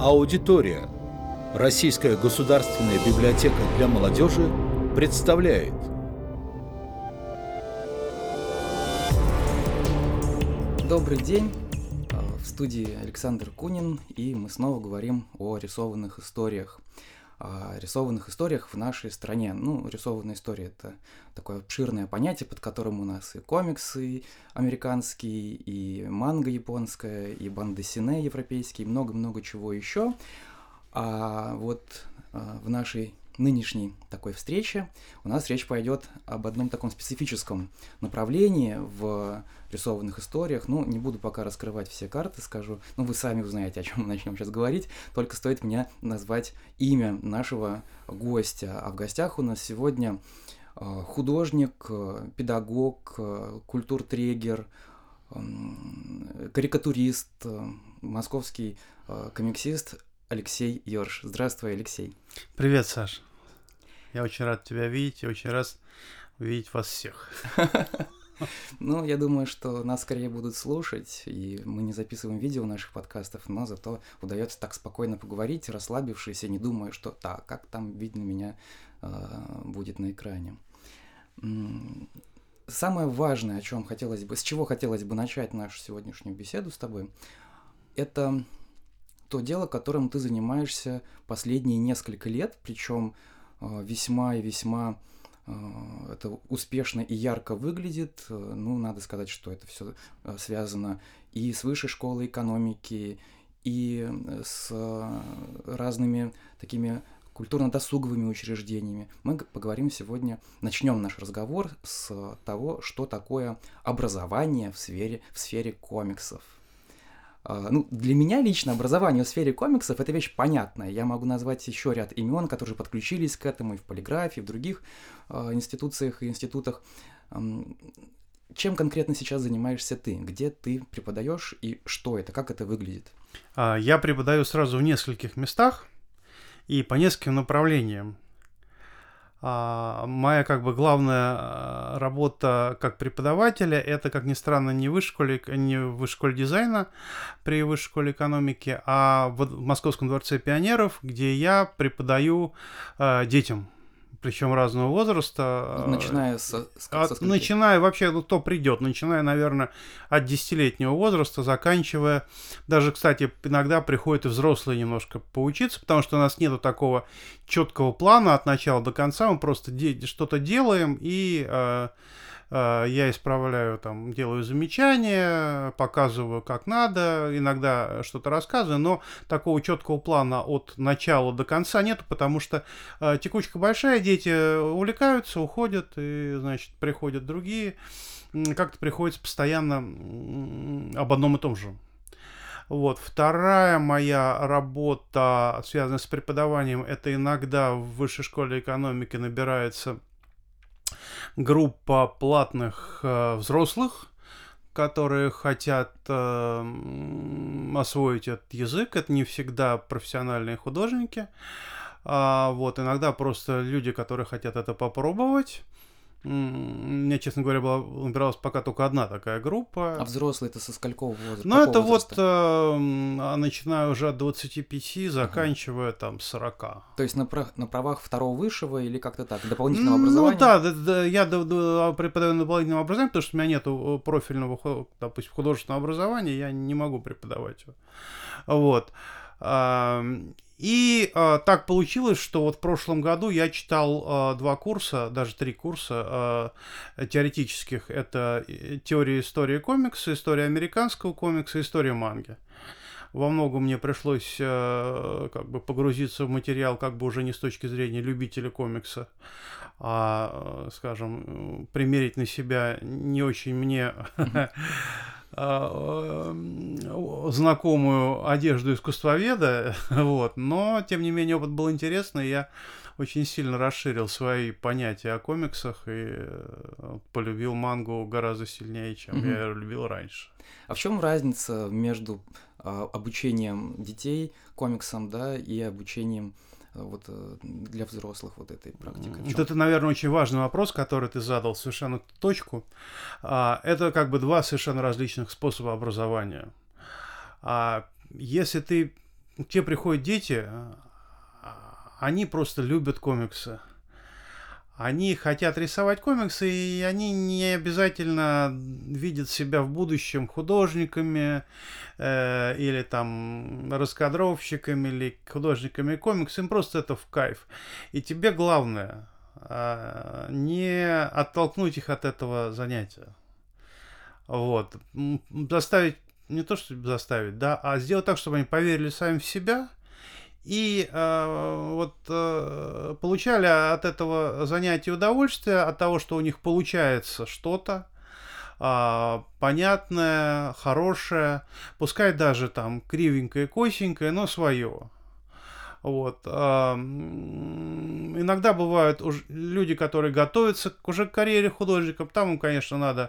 Аудитория. Российская государственная библиотека для молодежи представляет. Добрый день, в студии Александр Кунин, и мы снова говорим о рисованных историях. О рисованных историях в нашей стране. Рисованная история — это такое обширное понятие, под которым у нас и комиксы американские, и манга японская, и бандесине европейские, и много-много чего еще. А вот в нашей нынешней такой встрече у нас речь пойдет об одном таком специфическом направлении в рисованных историях. Не буду пока раскрывать все карты, скажу. Вы сами узнаете, о чем мы начнем сейчас говорить. Только стоит мне назвать имя нашего гостя. А в гостях у нас сегодня художник, педагог, культуртрегер, карикатурист, московский комиксист Алексей Йорш. Здравствуй, Алексей. Привет, Саш. Я очень рад тебя видеть и очень рад увидеть вас всех. Я думаю, что нас скорее будут слушать, и мы не записываем видео наших подкастов, но зато удается так спокойно поговорить, расслабившись, и не думая, что как там видно меня будет на экране. Самое важное, с чего хотелось бы начать нашу сегодняшнюю беседу с тобой, это то дело, которым ты занимаешься последние несколько лет, причем весьма и весьма это успешно и ярко выглядит. Надо сказать, что это все связано и с высшей школой экономики, и с разными такими культурно-досуговыми учреждениями. Мы поговорим сегодня, начнем наш разговор с того, что такое образование в сфере комиксов. Для меня лично образование в сфере комиксов — это вещь понятная. Я могу назвать еще ряд имен, которые подключились к этому и в полиграфии, и в других институциях и институтах. Чем конкретно сейчас занимаешься ты? Где ты преподаешь и что это? Как это выглядит? Я преподаю сразу в нескольких местах и по нескольким направлениям. Моя главная работа как преподавателя — это, как ни странно, не в высшей школе дизайна при высшей школе экономики, а в Московском дворце пионеров, где я преподаю детям, причем разного возраста. Начиная начиная вообще, кто придет, начиная, наверное, от 10-летнего возраста, заканчивая. Даже, кстати, иногда приходят и взрослые немножко поучиться, потому что у нас нету такого четкого плана от начала до конца. Мы просто что-то делаем, и я исправляю, делаю замечания, показываю, как надо, иногда что-то рассказываю, но такого четкого плана от начала до конца нету, потому что текучка большая, дети увлекаются, уходят, и, приходят другие. Как-то приходится постоянно об одном и том же. Вторая моя работа, связанная с преподаванием, это иногда в высшей школе экономики набирается группа платных взрослых, которые хотят освоить этот язык. Это не всегда профессиональные художники. Иногда просто люди, которые хотят это попробовать. У меня, честно говоря, набиралась пока только одна такая группа. А взрослые — это со сколького возраста? Начиная уже от 25, заканчивая 40. То есть на правах второго высшего или как-то так, дополнительного образования? Я преподаю на дополнительном образовании, потому что у меня нету профильного, допустим, художественного образования, я не могу преподавать его. И так получилось, что в прошлом году я читал 2 курса, даже 3 курса теоретических. Это теория истории комикса, история американского комикса, история манги. Во многом мне пришлось погрузиться в материал уже не с точки зрения любителя комикса, а, примерить на себя не очень мне знакомую одежду искусствоведа, но, тем не менее, опыт был интересный, я очень сильно расширил свои понятия о комиксах и полюбил мангу гораздо сильнее, чем я любил раньше. А в чем разница между обучением детей комиксам, и обучением для взрослых этой практикой? Это, наверное, очень важный вопрос, который ты задал совершенно точку. Это 2 совершенно различных способа образования. Если ты те приходят дети, они просто любят комиксы. Они хотят рисовать комиксы, и они не обязательно видят себя в будущем художниками или там раскадровщиками, или художниками комиксов. Им просто это в кайф. И тебе главное не оттолкнуть их от этого занятия. Вот. Заставить, не то что заставить, да, а сделать так, чтобы они поверили сами в себя. И получали от этого занятия удовольствие, от того, что у них получается что-то понятное, хорошее, пускай даже там кривенькое, косенькое, но свое. Вот. Иногда бывают люди, которые готовятся уже к карьере художников, там им, конечно, надо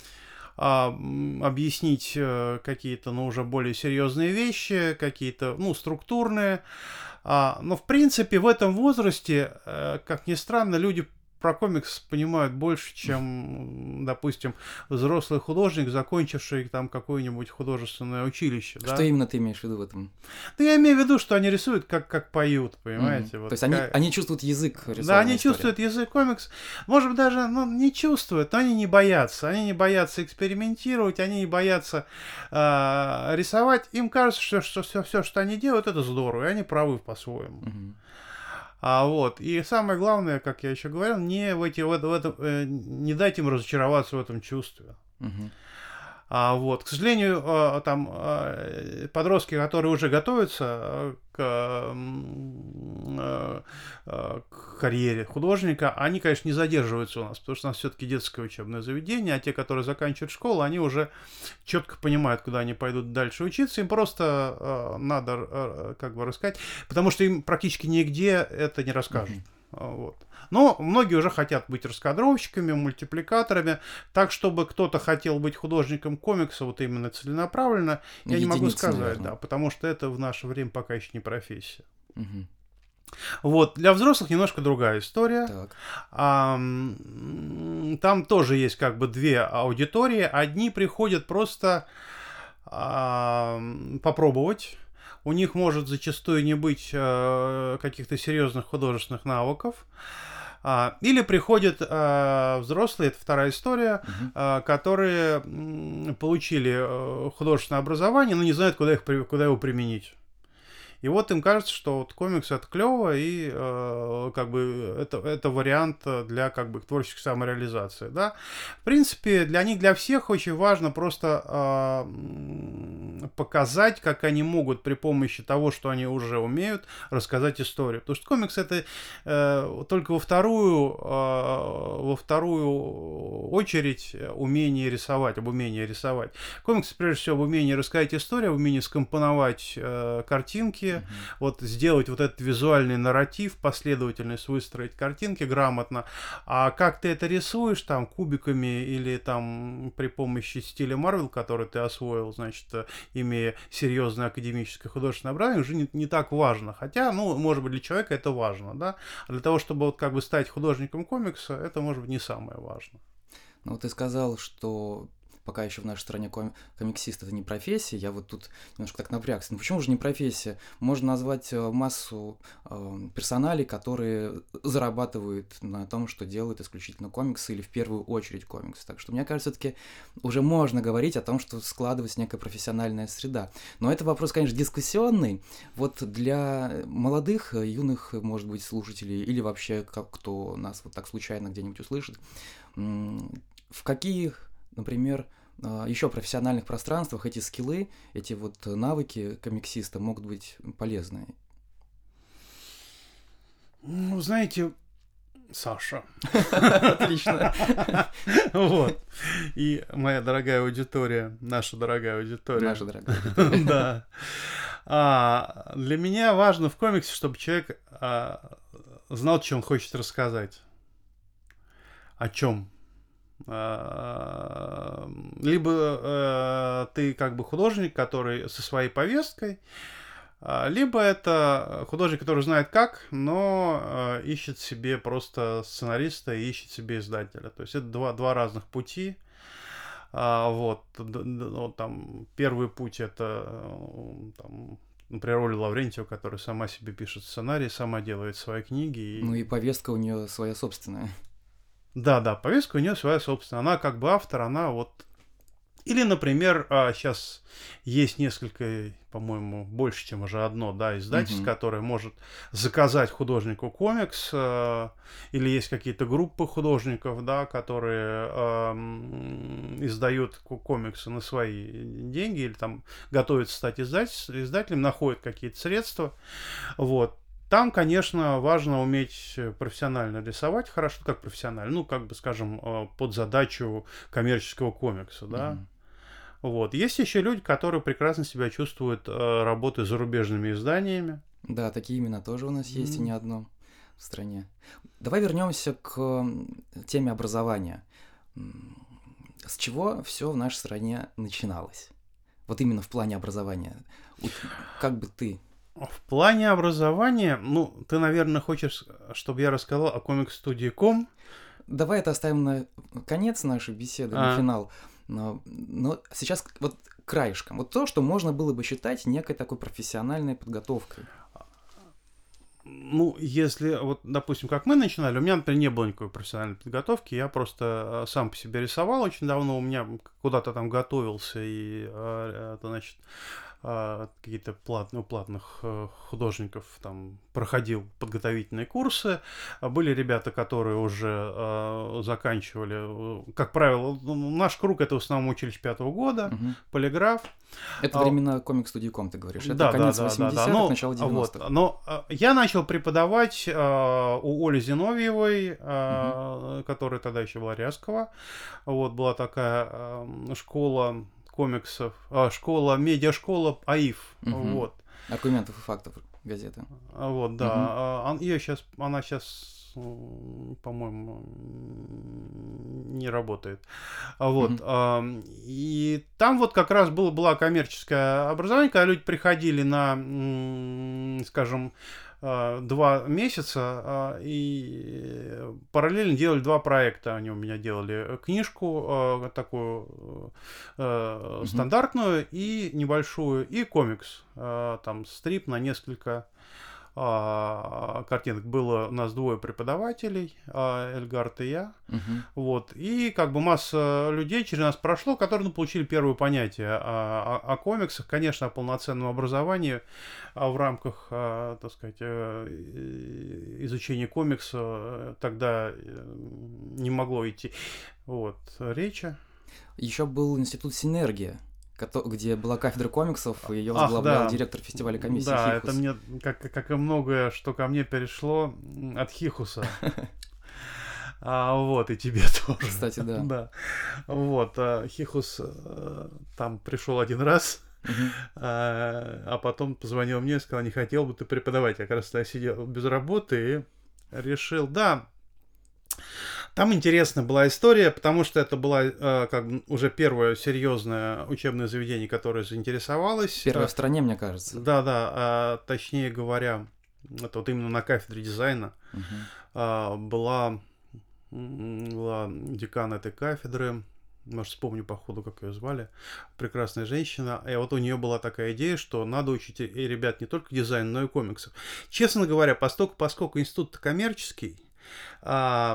объяснить какие-то, уже более серьезные вещи, какие-то, структурные. Но, в принципе, в этом возрасте, как ни странно, люди про комикс понимают больше, чем, допустим, взрослый художник, закончивший там какое-нибудь художественное училище. Что да? именно ты имеешь в виду в этом? Да я имею в виду, что они рисуют, как поют, понимаете? То есть они чувствуют язык рисованной Да, они истории. чувствуют язык комикс. Может быть, даже не чувствуют, но они не боятся. Они не боятся экспериментировать, они не боятся рисовать. Им кажется, что все, что они делают, это здорово, и они правы по-своему. И самое главное, как я еще говорил, не дать им разочароваться в этом чувстве. К сожалению, подростки, которые уже готовятся к карьере художника, они, конечно, не задерживаются у нас, потому что у нас все-таки детское учебное заведение, а те, которые заканчивают школу, они уже четко понимают, куда они пойдут дальше учиться, им просто надо рассказать, потому что им практически нигде это не расскажут. Но многие уже хотят быть раскадровщиками, мультипликаторами, так, чтобы кто-то хотел быть художником комикса, вот именно целенаправленно, я не могу сказать, наверное. Да, потому что это в наше время пока еще не профессия. Для взрослых немножко другая история. Там тоже есть две аудитории. Одни приходят просто попробовать. У них может зачастую не быть каких-то серьезных художественных навыков. Или приходят взрослые, это вторая история, которые получили художественное образование, но не знают, куда его применить. И вот им кажется, что комикс это клево, и это вариант для их творческой самореализации. Да? В принципе, для них, для всех очень важно просто показать, как они могут при помощи того, что они уже умеют, рассказать историю. Потому что комикс это только во вторую очередь умении рисовать, об умении рисовать. Комикс, прежде всего, об умении рассказать историю, об умении скомпоновать картинки, сделать этот визуальный нарратив, последовательность, выстроить картинки грамотно. А как ты это рисуешь, кубиками или при помощи стиля Marvel, который ты освоил, имея серьезное академическое художественное образование, уже не так важно. Хотя, может быть, для человека это важно, да? А для того, чтобы стать художником комикса, это, может быть, не самое важное. Ты сказал, что пока еще в нашей стране комиксист — это не профессия, я вот тут немножко так напрягся. Почему же не профессия? Можно назвать массу персоналей, которые зарабатывают на том, что делают исключительно комиксы или в первую очередь комиксы. Так что, мне кажется, все-таки уже можно говорить о том, что складывается некая профессиональная среда. Но это вопрос, конечно, дискуссионный. Для молодых, юных, может быть, слушателей или вообще кто нас так случайно где-нибудь услышит, в каких, например, еще профессиональных пространствах эти скиллы, эти навыки комиксиста могут быть полезны? Знаете, Саша. Отлично. И моя дорогая аудитория, наша дорогая аудитория. Наша дорогая аудитория. Да. Для меня важно в комиксе, чтобы человек знал, что он хочет рассказать. О чем. Либо ты художник, который со своей повесткой, либо это художник, который знает как, но ищет себе просто сценариста и ищет себе издателя. То есть это два разных пути. Первый путь — это например, Оля Лаврентьева, которая сама себе пишет сценарий, сама делает свои книги. Ну и повестка у нее своя собственная. Да, повестка у нее своя собственная. Она как бы автор, она вот... Или, например, сейчас есть несколько, по-моему, больше, чем уже одно, да, издательство, которое может заказать художнику комикс, или есть какие-то группы художников, да, которые издают комиксы на свои деньги, или там готовятся стать издателем, находят какие-то средства, вот. Там, конечно, важно уметь профессионально рисовать хорошо, как профессионально, ну, как бы, скажем, под задачу коммерческого комикса, да. Вот. Есть еще люди, которые прекрасно себя чувствуют, работая с зарубежными изданиями. Да, такие имена тоже у нас есть, и не одно в стране. Давай вернемся к теме образования. С чего все в нашей стране начиналось? Вот именно в плане образования. Как бы ты... В плане образования, ну, ты, наверное, хочешь, чтобы я рассказал о комикс-студии.com? Давай это оставим на конец нашей беседы, на финал. Но сейчас вот краешком. Вот то, что можно было бы считать некой такой профессиональной подготовкой. Ну, если, вот, допустим, как мы начинали, у меня, например, не было никакой профессиональной подготовки, я просто сам по себе рисовал очень давно, у меня куда-то там готовился, и, это, значит, какие-то у платных художников там проходил подготовительные курсы. Были ребята, которые уже заканчивали, как правило, наш круг это в основном училище 5-го года, полиграф. Это времена комикс-студии.com, ты говоришь. Это да, конец да, 80-х, начало 90-х. Вот. Но я начал преподавать у Оли Зиновьевой, которая тогда еще была Рязкова. Вот, была такая школа комиксов, медиашкола АИФ. Вот. Аргументов и фактов газеты. Вот, да. Она сейчас, по-моему, не работает. Вот. И там вот как раз было коммерческое образование, когда люди приходили на, скажем, 2 месяца и параллельно делали 2 проекта. Они у меня делали книжку такую стандартную и небольшую, и комикс. Там стрип на несколько картинок. Было у нас 2 преподавателей, Эльгард и я. Вот. И как бы масса людей через нас прошло, которые получили первое понятие о комиксах, конечно, о полноценном образовании, в рамках, так сказать, изучения комикса тогда не могло идти речи. Еще был институт «Синергия», где была кафедра комиксов, и ее возглавлял директор фестиваля комиссии Да, Хихус. это мне, как и многое, что ко мне перешло от Хихуса. Вот, и тебе тоже. Кстати, да. Да. Вот, Хихус там пришел один раз, а потом позвонил мне и сказал, не хотел бы ты преподавать. Я как раз тогда сидел без работы и решил, да. Там интересная была история, потому что это была как бы уже первое серьезное учебное заведение, которое заинтересовалось. Первое в стране, мне кажется. Да, точнее говоря, это вот именно на кафедре дизайна была декан этой кафедры, может, вспомню по ходу, как ее звали, прекрасная женщина, и вот у нее была такая идея, что надо учить ребят не только дизайн, но и комиксов. Честно говоря, поскольку институт коммерческий, то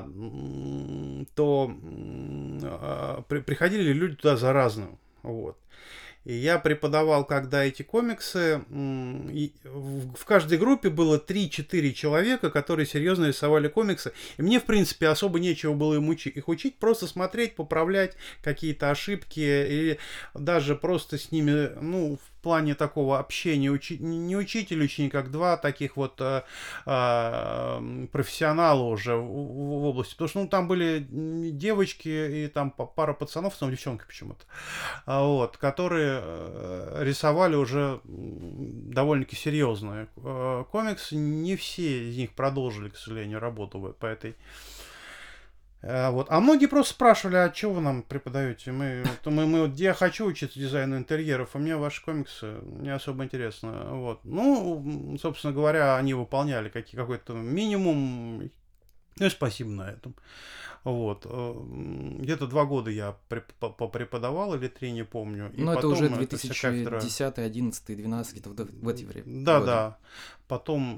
приходили люди туда за разным. Вот. И я преподавал, когда эти комиксы, и в каждой группе было 3-4 человека, которые серьезно рисовали комиксы. И мне, в принципе, особо нечего было их учить, просто смотреть, поправлять какие-то ошибки, и даже просто с ними, в плане такого общения, не учитель, ученик, как 2 таких вот профессионала уже в области. Потому что там были девочки и там пара пацанов, там девчонки почему-то, которые рисовали уже довольно-таки серьезные комиксы. Не все из них продолжили, к сожалению, работу по этой. Вот. А многие просто спрашивали, а что вы нам преподаете? Я хочу учиться дизайну интерьеров, а мне ваши комиксы не особо интересно. Вот. Собственно говоря, они выполняли какой-то минимум. Ну и спасибо на этом. Вот. Где-то 2 года я попреподавал или 3, не помню. И Ну, это потом уже эта вся кафедра... 2010, 11, 12, где-то в эти Да, годы. да. Потом,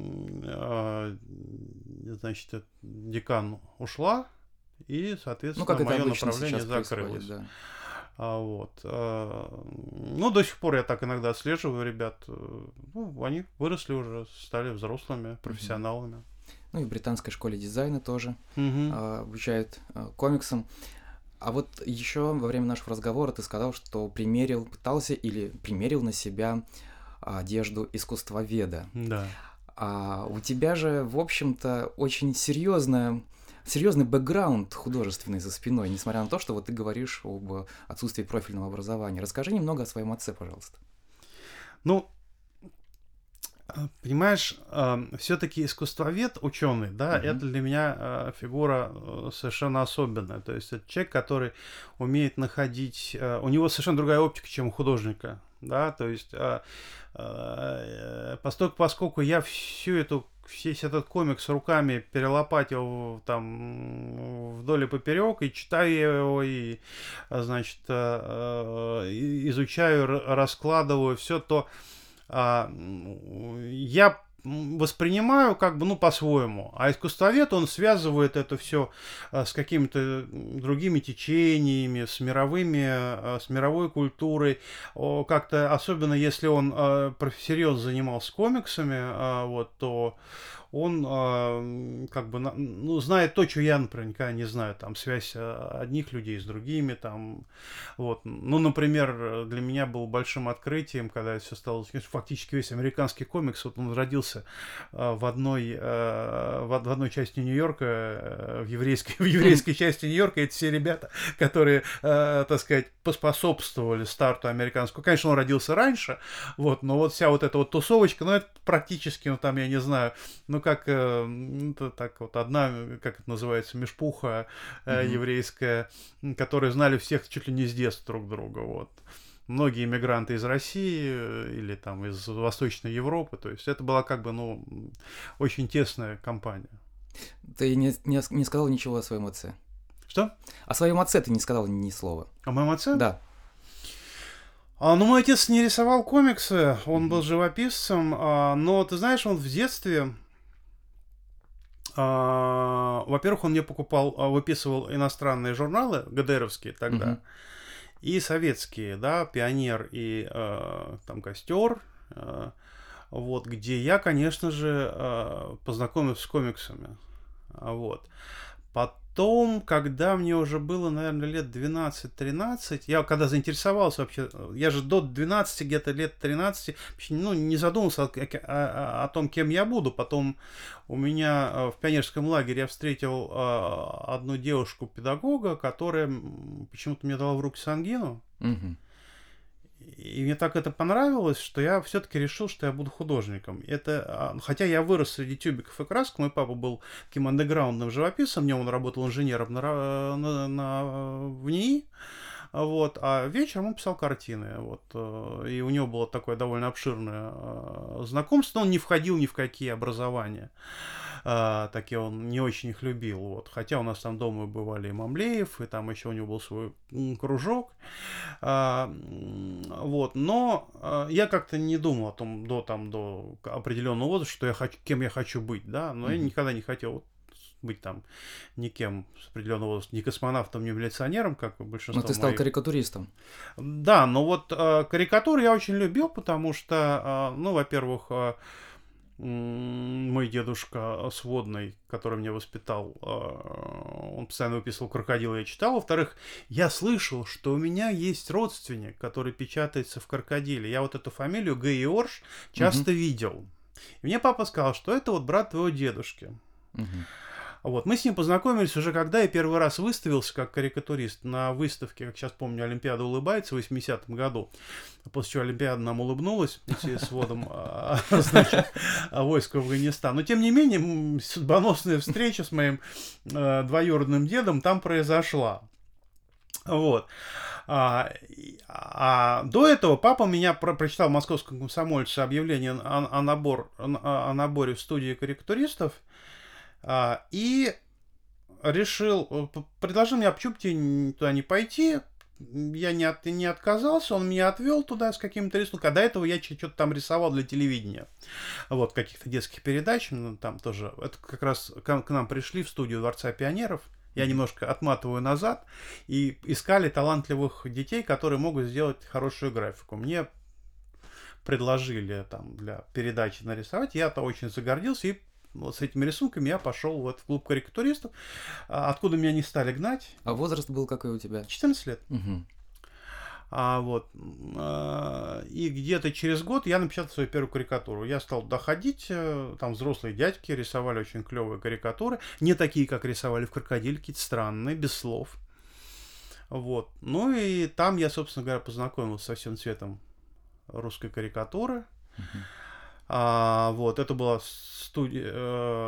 значит, декан ушла, и, Ну, соответственно, как это мое обычно направление сейчас происходит, закрылось. да. Ну, до сих пор я так иногда отслеживаю ребят. Ну, они выросли уже, стали взрослыми, профессионалами. Ну, и в британской школе дизайна тоже Мгм. обучают комиксам. А вот еще во время нашего разговора ты сказал, что пытался или примерил на себя одежду искусствоведа. Да. А у тебя же, в общем-то, очень серьезный бэкграунд художественный за спиной, несмотря на то, что вот ты говоришь об отсутствии профильного образования. Расскажи немного о своем отце, пожалуйста. Ну, понимаешь, все-таки искусствовед, ученый, да, Мгм. это для меня фигура совершенно особенная. То есть это человек, который умеет находить... У него совершенно другая оптика, чем у художника. Да, то есть поскольку я весь этот комикс руками перелопатил там вдоль и поперек, и читаю его, и, значит, изучаю, раскладываю все, то я воспринимаю как бы, ну, по-своему. А искусствовед, он связывает это все с какими-то другими течениями, с мировой культурой. Как-то, особенно если он серьезно занимался комиксами, вот, то он как бы, ну, знает то, что я, например, никогда не знаю, там, связь одних людей с другими, там, вот. Ну, например, для меня было большим открытием, когда это все стало, фактически весь американский комикс, вот он родился в одной части Нью-Йорка, в еврейской части Нью-Йорка, это все ребята, которые, так сказать, поспособствовали старту американского. Конечно, он родился раньше, вот, но вот вся вот эта вот тусовочка, ну, это практически, ну, там, я не знаю, ну, как, так вот, одна, как это называется, межпуха еврейская, которые знали всех чуть ли не с детства друг друга, вот. Многие иммигранты из России или там из Восточной Европы, то есть это была как бы, ну, очень тесная компания. Ты не сказал ничего о своем отце. Что? О своем отце ты не сказал ни слова. О моем отце? Да. Ну, мой отец не рисовал комиксы, он был живописцем, но, ты знаешь, он в детстве... Во-первых, он мне выписывал иностранные журналы, ГДРовские тогда, и советские, да, «Пионер» и там «Костер», вот, где я, конечно же, познакомился с комиксами, вот. Потом, когда мне уже было, наверное, лет 12-13, я когда заинтересовался вообще, я же до 12, где-то лет 13, ну, не задумался о том, кем я буду. Потом у меня в пионерском лагере я встретил одну девушку-педагога, которая почему-то мне дала в руки сангину. Мгм. И мне так это понравилось, что я все-таки решил, что я буду художником. Хотя я вырос среди тюбиков и красок, мой папа был таким андеграундным живописцем, он работал инженером в НИИ, вот, а вечером он писал картины. Вот, и у него было такое довольно обширное знакомство, но он не входил ни в какие образования. Такие он не очень их любил. Вот. Хотя у нас там дома бывали и Мамлеев, и там еще у него был свой кружок. Вот. Но я как-то не думал о том до определенного возраста, что кем я хочу быть. Да? Но я никогда не хотел быть там никем с определенного возраста, ни космонавтом, ни милиционером, как большинство. Но ты стал карикатуристом. Да, но вот карикатуру я очень любил, потому что, ну, во-первых, мой дедушка сводный, который меня воспитал, он постоянно выписывал «Крокодила», я читал. Во-вторых, я слышал, что у меня есть родственник, который печатается в «Крокодиле». Я вот эту фамилию Г. Орш часто видел. И мне папа сказал, что это вот брат твоего дедушки. Вот. Мы с ним познакомились уже, когда я первый раз выставился как карикатурист на выставке, как сейчас помню, «Олимпиада улыбается» в 80-м году. После чего Олимпиада нам улыбнулась с вводом войск в Афганистан. Но, тем не менее, судьбоносная встреча с моим двоюродным дедом там произошла. Вот. До этого папа меня прочитал в «Московском комсомольце» объявление о наборе в студии карикатуристов. И предложил мне, а почему бы тебе туда не пойти? Я не отказался, он меня отвел туда с каким-то рисунком. А до этого я что-то там рисовал для телевидения. Вот, каких-то детских передач. Ну, там тоже. Это как раз к нам пришли в студию Дворца пионеров. Я немножко отматываю назад. И искали талантливых детей, которые могут сделать хорошую графику. Мне предложили там для передачи нарисовать. Я-то очень загордился. И вот с этими рисунками я пошел вот в клуб карикатуристов, откуда меня не стали гнать. А возраст был какой у тебя? 14 лет. Угу. И где-то через год я напечатал свою первую карикатуру. Я стал доходить, там взрослые дядьки рисовали очень клевые карикатуры, не такие, как рисовали в «Крокодиле», какие-то странные, без слов. Вот. Ну и там я, собственно говоря, познакомился со всем цветом русской карикатуры. Вот, это была студия,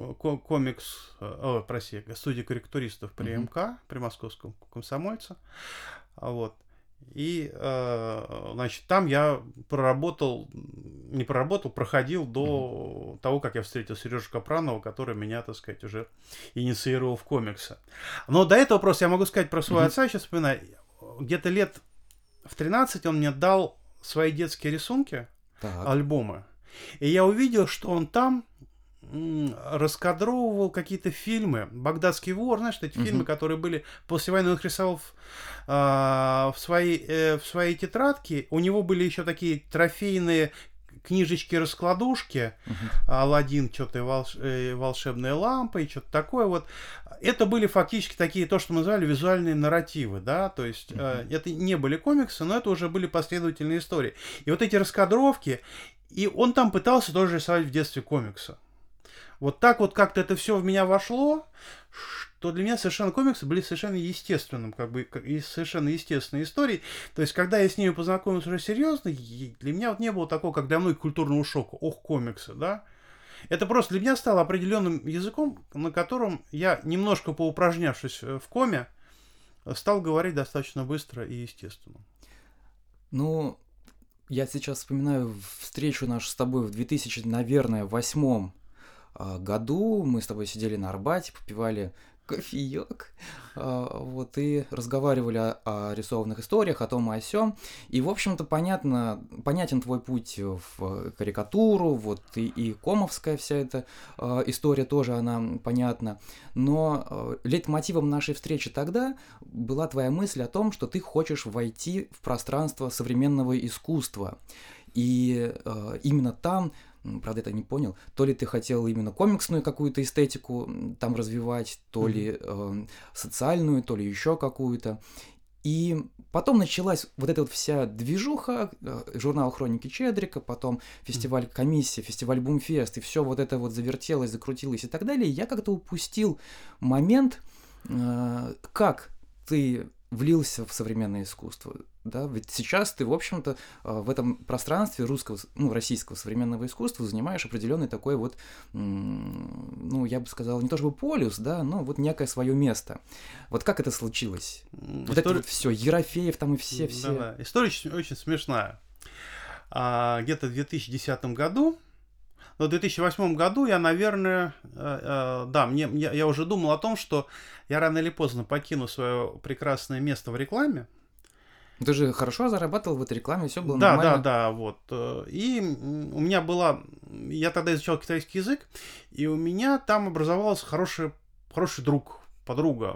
студия карикатуристов при МК, при Московском комсомольце. Вот. И, значит, там я проходил до того, как я встретил Сережу Капранова, который меня, так сказать, уже инициировал в комиксы. Но до этого просто я могу сказать про своего отца, сейчас вспоминаю. Где-то лет в 13 он мне дал свои детские рисунки, альбомы. И я увидел, что он там раскадровывал какие-то фильмы. «Багдадский вор», знаешь, эти фильмы, которые были после войны, он их рисовал в своей тетрадке. У него были еще такие трофейные книжечки-раскладушки, «Аладдин», что-то волшебная лампа и что-то такое вот. Это были фактически такие, то, что мы называли визуальные нарративы, да, то есть это не были комиксы, но это уже были последовательные истории. И вот эти раскадровки, и он там пытался тоже рисовать в детстве комиксы. Вот так вот как-то это все в меня вошло, что для меня совершенно комиксы были совершенно естественным, как бы и совершенно естественной историей. То есть, когда я с ними познакомился уже серьезно, для меня вот не было такого, как для многих, культурного шока. Ох, комиксы, да? Это просто для меня стало определенным языком, на котором я, немножко поупражнявшись в коме, стал говорить достаточно быстро и естественно. Ну, я сейчас вспоминаю встречу нашу с тобой в 2008 году. Мы с тобой сидели на Арбате, попивали кофеек, вот, и разговаривали о рисованных историях, о том и о сём. И, в общем-то, понятен твой путь в карикатуру, вот, и комовская вся эта история тоже, она понятна. Но лейтмотивом нашей встречи тогда была твоя мысль о том, что ты хочешь войти в пространство современного искусства. И именно там, правда, это не понял, то ли ты хотел именно комиксную какую-то эстетику там развивать, то ли социальную, то ли еще какую-то. И потом началась вот эта вот вся движуха, журнал «Хроники Чедрика», потом фестиваль «Комиссия», фестиваль «Бумфест», и все вот это вот завертелось, закрутилось и так далее. И я как-то упустил момент, как ты влился в современное искусство. Да? Ведь сейчас ты, в общем-то, в этом пространстве российского современного искусства занимаешь определенный такой вот, я бы сказал, не то чтобы полюс, да, но вот некое свое место. Вот как это случилось? Вот это вот все, Ерофеев там и все. Да. История очень смешная. Где-то в 2010 году, в 2008 году я, наверное, я уже думал о том, что я рано или поздно покину свое прекрасное место в рекламе. Ты же хорошо зарабатывал в этой рекламе, все было нормально. Да, вот. И у меня я тогда изучал китайский язык, и у меня там образовался хороший друг, подруга.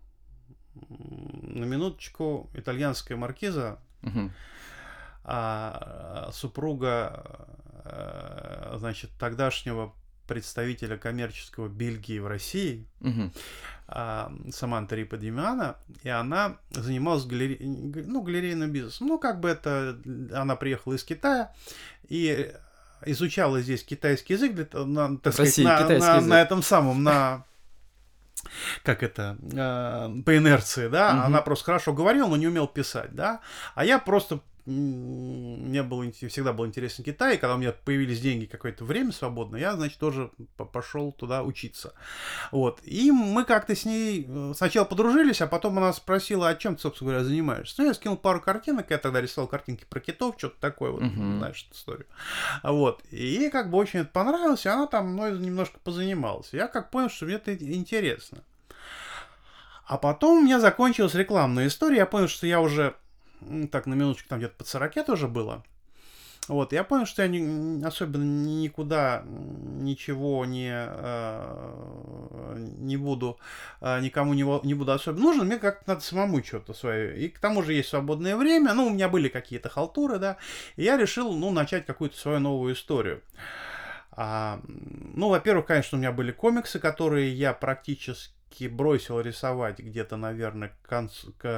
На минуточку, итальянская маркиза, супруга, значит, тогдашнего представителя коммерческого Бельгии в России, Саманта Рипа Демиана, и она занималась галерейным бизнесом. Она приехала из Китая и изучала здесь китайский язык, на этом самом, по инерции, да, она просто хорошо говорила, но не умела писать, да, а я просто мне всегда был интересен Китай, и когда у меня появились деньги, какое-то время свободное, я, значит, тоже пошел туда учиться. Вот. И мы как-то с ней сначала подружились, а потом она спросила, а чем ты, собственно говоря, занимаешься? Ну, я скинул пару картинок, я тогда рисовал картинки про китов, что-то такое, вот, знаешь, эту историю. Вот. И ей как бы очень это понравилось, и она там мной немножко позанималась. Я как понял, что мне это интересно. А потом у меня закончилась рекламная история, я понял, что я уже, так, на минуточку, там где-то под 40 тоже было. Вот, я понял, что я особенно никуда ничего не буду, никому не буду особенно нужен, мне как-то надо самому что-то свое. И к тому же есть свободное время, ну, у меня были какие-то халтуры, да, и я решил, ну, начать какую-то свою новую историю. Ну, во-первых, конечно, у меня были комиксы, которые я практически бросил рисовать где-то, наверное, к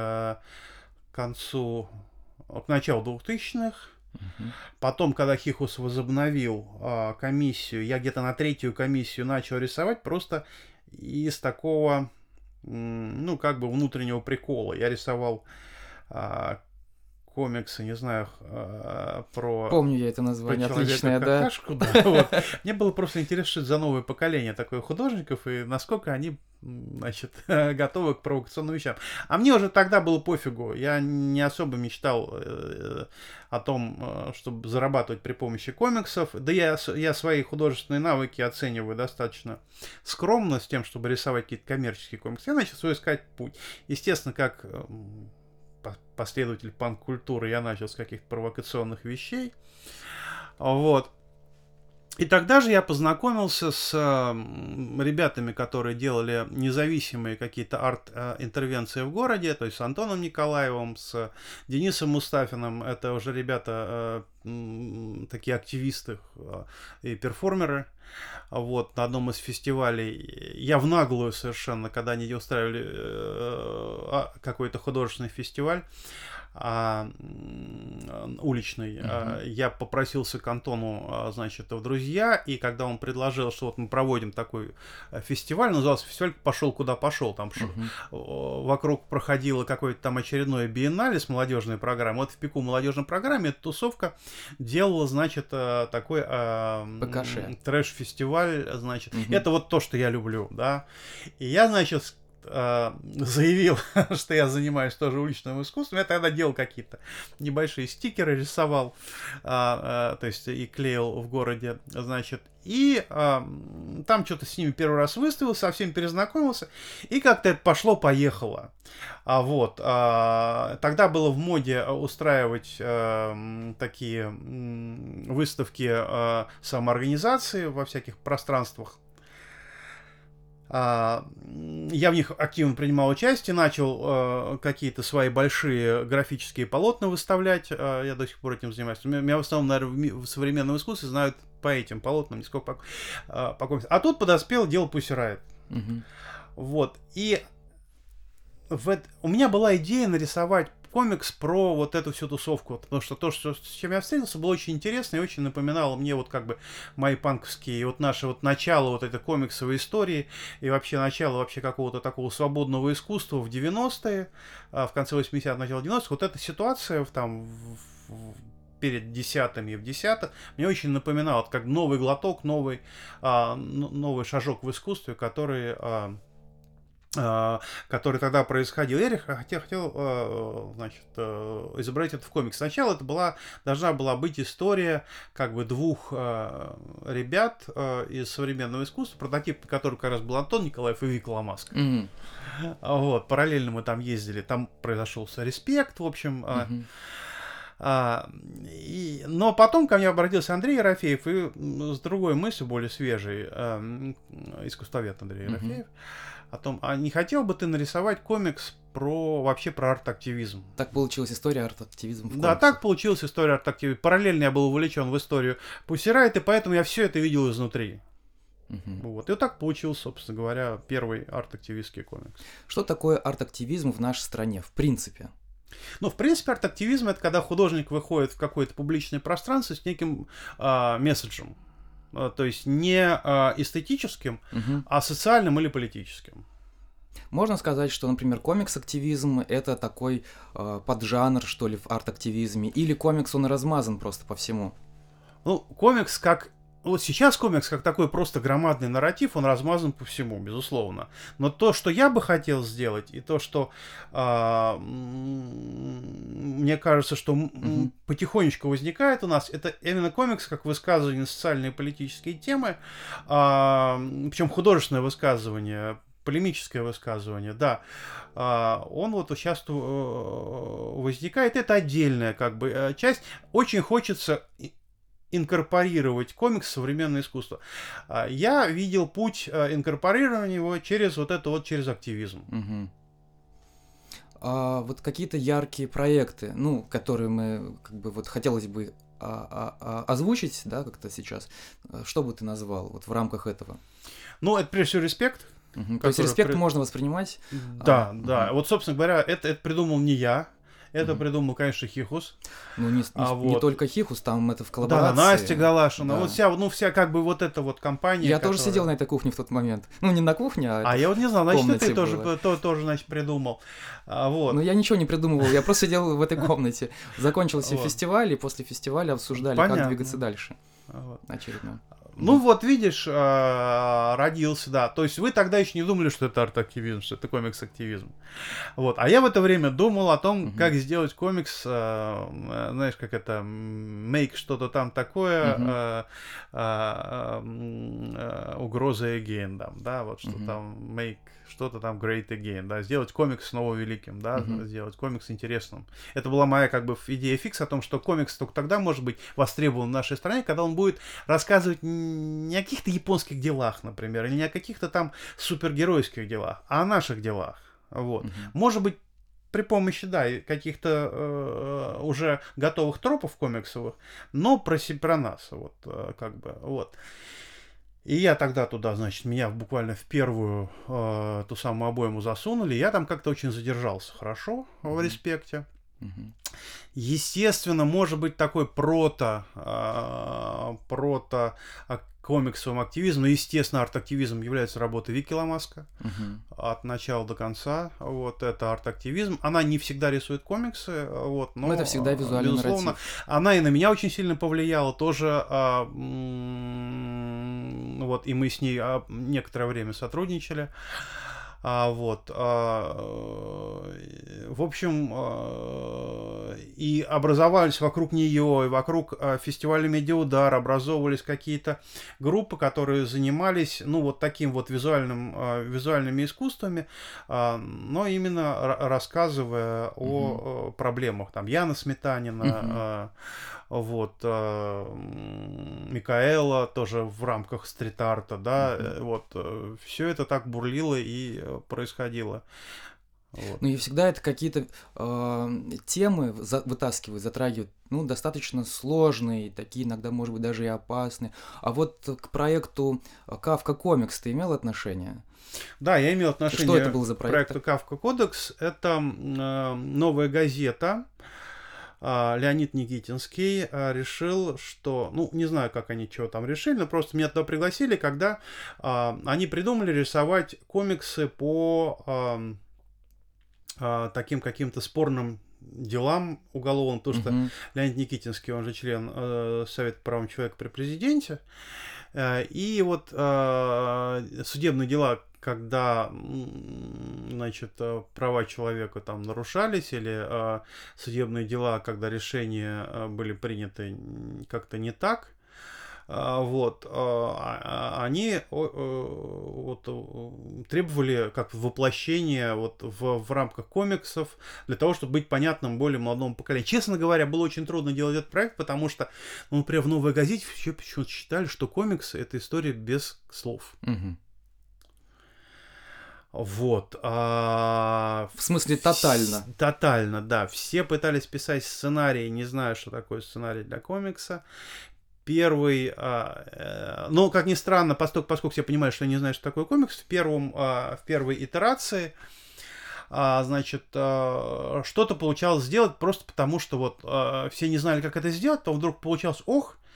началу 2000-х. Потом, когда Хихус возобновил комиссию, я где-то на 3-ю комиссию начал рисовать просто из такого, ну, как бы внутреннего прикола. Я рисовал комиксы, не знаю, про... Помню я это название, отличное, да. Да, вот. Мне было просто интересно, что это за новое поколение такое художников, и насколько они, значит, готовы к провокационным вещам. А мне уже тогда было пофигу. Я не особо мечтал о том, чтобы зарабатывать при помощи комиксов. Да я свои художественные навыки оцениваю достаточно скромно с тем, чтобы рисовать какие-то коммерческие комиксы. Я начал свой искать путь. Естественно, как последователь панк-культуры, я начал с каких-то провокационных вещей. Вот. И тогда же я познакомился с ребятами, которые делали независимые какие-то арт-интервенции в городе, то есть с Антоном Николаевым, с Денисом Мустафиным. Это уже ребята такие активисты и перформеры. Вот, на одном из фестивалей, я в наглую совершенно, когда они устраивали какой-то художественный фестиваль уличный, я попросился к Антону, значит, в друзья, и когда он предложил, что вот мы проводим такой фестиваль, назывался фестиваль «Пошел, куда пошел», там вокруг проходило какое-то там очередное биеннале с молодежной программой, вот в пику молодежной программе эта тусовка делала, значит, такой трэш-фестиваль, значит, это вот то, что я люблю, да, и я, значит, заявил, что я занимаюсь тоже уличным искусством. Я тогда делал какие-то небольшие стикеры, рисовал, то есть и клеил в городе, значит, и там что-то с ними первый раз выставил, совсем перезнакомился, и как-то это пошло-поехало. Вот. Тогда было в моде устраивать такие выставки самоорганизации во всяких пространствах. Я в них активно принимал участие, начал какие-то свои большие графические полотна выставлять. Я до сих пор этим занимаюсь. Меня в основном, наверное, в современном искусстве знают по этим полотнам, не сколько по комиксам. А тут подоспел дело Pussy Riot. Вот. И у меня была идея нарисовать комикс про вот эту всю тусовку, потому что то, с чем я встретился, было очень интересно и очень напоминало мне вот как бы мои панковские, вот наше вот начало вот этой комиксовой истории и вообще начало вообще какого-то такого свободного искусства в 90-е, в конце 80-х, начало 90-х, вот эта ситуация перед 10-ми и в 10-х мне очень напоминала, как новый глоток, новый шажок в искусстве, который тогда происходил. Я хотел, значит, изобразить это в комикс. Сначала это должна была быть история как бы двух ребят из современного искусства, прототип которого как раз был Антон Николаев и Вика Ломаска. Вот, параллельно мы там ездили, там произошел респект, в общем. Но потом ко мне обратился Андрей Ерофеев и с другой мыслью, более свежей, искусствовед Андрей Ерофеев, о том, а не хотел бы ты нарисовать комикс вообще про арт-активизм? Так получилась история арт-активизма в комиксе. Да, так получилась история арт-активизма. Параллельно я был увлечен в историю Pussy Riot, и поэтому я все это видел изнутри. Вот. И вот так получился, собственно говоря, первый арт-активистский комикс. Что такое арт-активизм в нашей стране, в принципе? Ну, в принципе, арт-активизм — это когда художник выходит в какое-то публичное пространство с неким месседжем. То есть не эстетическим, а социальным или политическим. Можно сказать, что, например, комикс-активизм — это такой поджанр, что ли, в арт-активизме, или комикс, он размазан просто по всему? Ну, комикс как... Вот сейчас комикс как такой просто громадный нарратив, он размазан по всему, безусловно. Но то, что я бы хотел сделать, и то, что мне кажется, что потихонечку возникает у нас, это именно комикс как высказывание на социальные и политические темы, причем художественное высказывание, полемическое высказывание, да, он вот сейчас возникает, это отдельная как бы часть. Очень хочется инкорпорировать комикс в современное искусство. Я видел путь инкорпорирования его через вот это вот, через активизм. Вот какие-то яркие проекты, ну, которые мы, как бы, вот хотелось бы озвучить, да, как-то сейчас, что бы ты назвал вот в рамках этого? Ну, это прежде всего «Респект». То есть «Респект» можно воспринимать? Да, да. Вот, собственно говоря, это придумал не я. Это придумал, конечно, Хихус. Ну, не вот. только Хихус, там это в коллаборации. Да, Настя Галашина. Да. Вот вся как бы вот эта вот компания. Я тоже сидел на этой кухне в тот момент. Ну, не на кухне, а я вот не знал, значит, ты тоже, значит, придумал. Вот. Ну, я ничего не придумывал, я просто сидел в этой комнате. Закончился фестиваль, и после фестиваля обсуждали, как двигаться дальше. Очередно. Ну вот, видишь, родился, да. То есть вы тогда еще не думали, что это арт-активизм, что это комикс-активизм. Вот. А я в это время думал о том, как сделать комикс, знаешь, как это, make что-то там такое, угроза again, да, вот что там, make что-то там great again, да, сделать комикс снова великим, да, сделать комикс интересным. Это была моя как бы идея фикс о том, что комикс только тогда может быть востребован в нашей стране, когда он будет рассказывать не о каких-то японских делах, например, или не о каких-то там супергеройских делах, а о наших делах. Вот. Может быть, при помощи, да, каких-то уже готовых тропов комиксовых, но про нас, вот, как бы, вот. И я тогда туда, значит, меня буквально в первую ту самую обойму засунули. Я там как-то очень задержался хорошо в «Респекте». Естественно, может быть такой комиксовым активизмом, естественно, арт-активизм является работой Вики Ламаско от начала до конца. Вот это арт-активизм. Она не всегда рисует комиксы, вот, но это всегда визуальный безусловно, нарратив. она и на меня очень сильно повлияла тоже. Вот, и мы с ней некоторое время сотрудничали. В общем, и образовались вокруг нее, и вокруг фестиваля «Медиаудар» образовывались какие-то группы, которые занимались, ну, вот таким вот визуальными искусствами, но именно рассказывая о проблемах. Там Яна Сметанина, вот, Микаэла тоже в рамках стрит-арта, да, вот, все это так бурлило и происходило. Вот. Ну и всегда это какие-то темы вытаскивают, затрагивают, ну, достаточно сложные, такие иногда, может быть, даже и опасные. А вот к проекту «Кафка Комикс» ты имел отношение? Да, я имел отношение. Что это был за проект? К проекту «Кафка Кодекс». Это новая газета. Леонид Никитинский решил, что... Ну, не знаю, как они чего там решили, но просто меня туда пригласили, когда они придумали рисовать комиксы по таким каким-то спорным делам уголовным, потому что Леонид Никитинский, он же член Совета по правам человека при президенте, и вот судебные дела, когда, значит, права человека там нарушались, или судебные дела, когда решения были приняты как-то не так, вот, они вот, требовали как воплощения вот в рамках комиксов для того, чтобы быть понятным более молодому поколению. Честно говоря, было очень трудно делать этот проект, потому что, ну, например, в «Новой газете» все почему-то считали, что комиксы — это история без слов. Вот. В смысле тотально? Тотально, да. Все пытались писать сценарий, не зная, что такое сценарий для комикса. Первый, ну, как ни странно, поскольку все понимают, что я не знаю, что такое комикс, в первой итерации, значит, что-то получалось сделать просто потому, что вот все не знали, как это сделать, то вдруг получалось,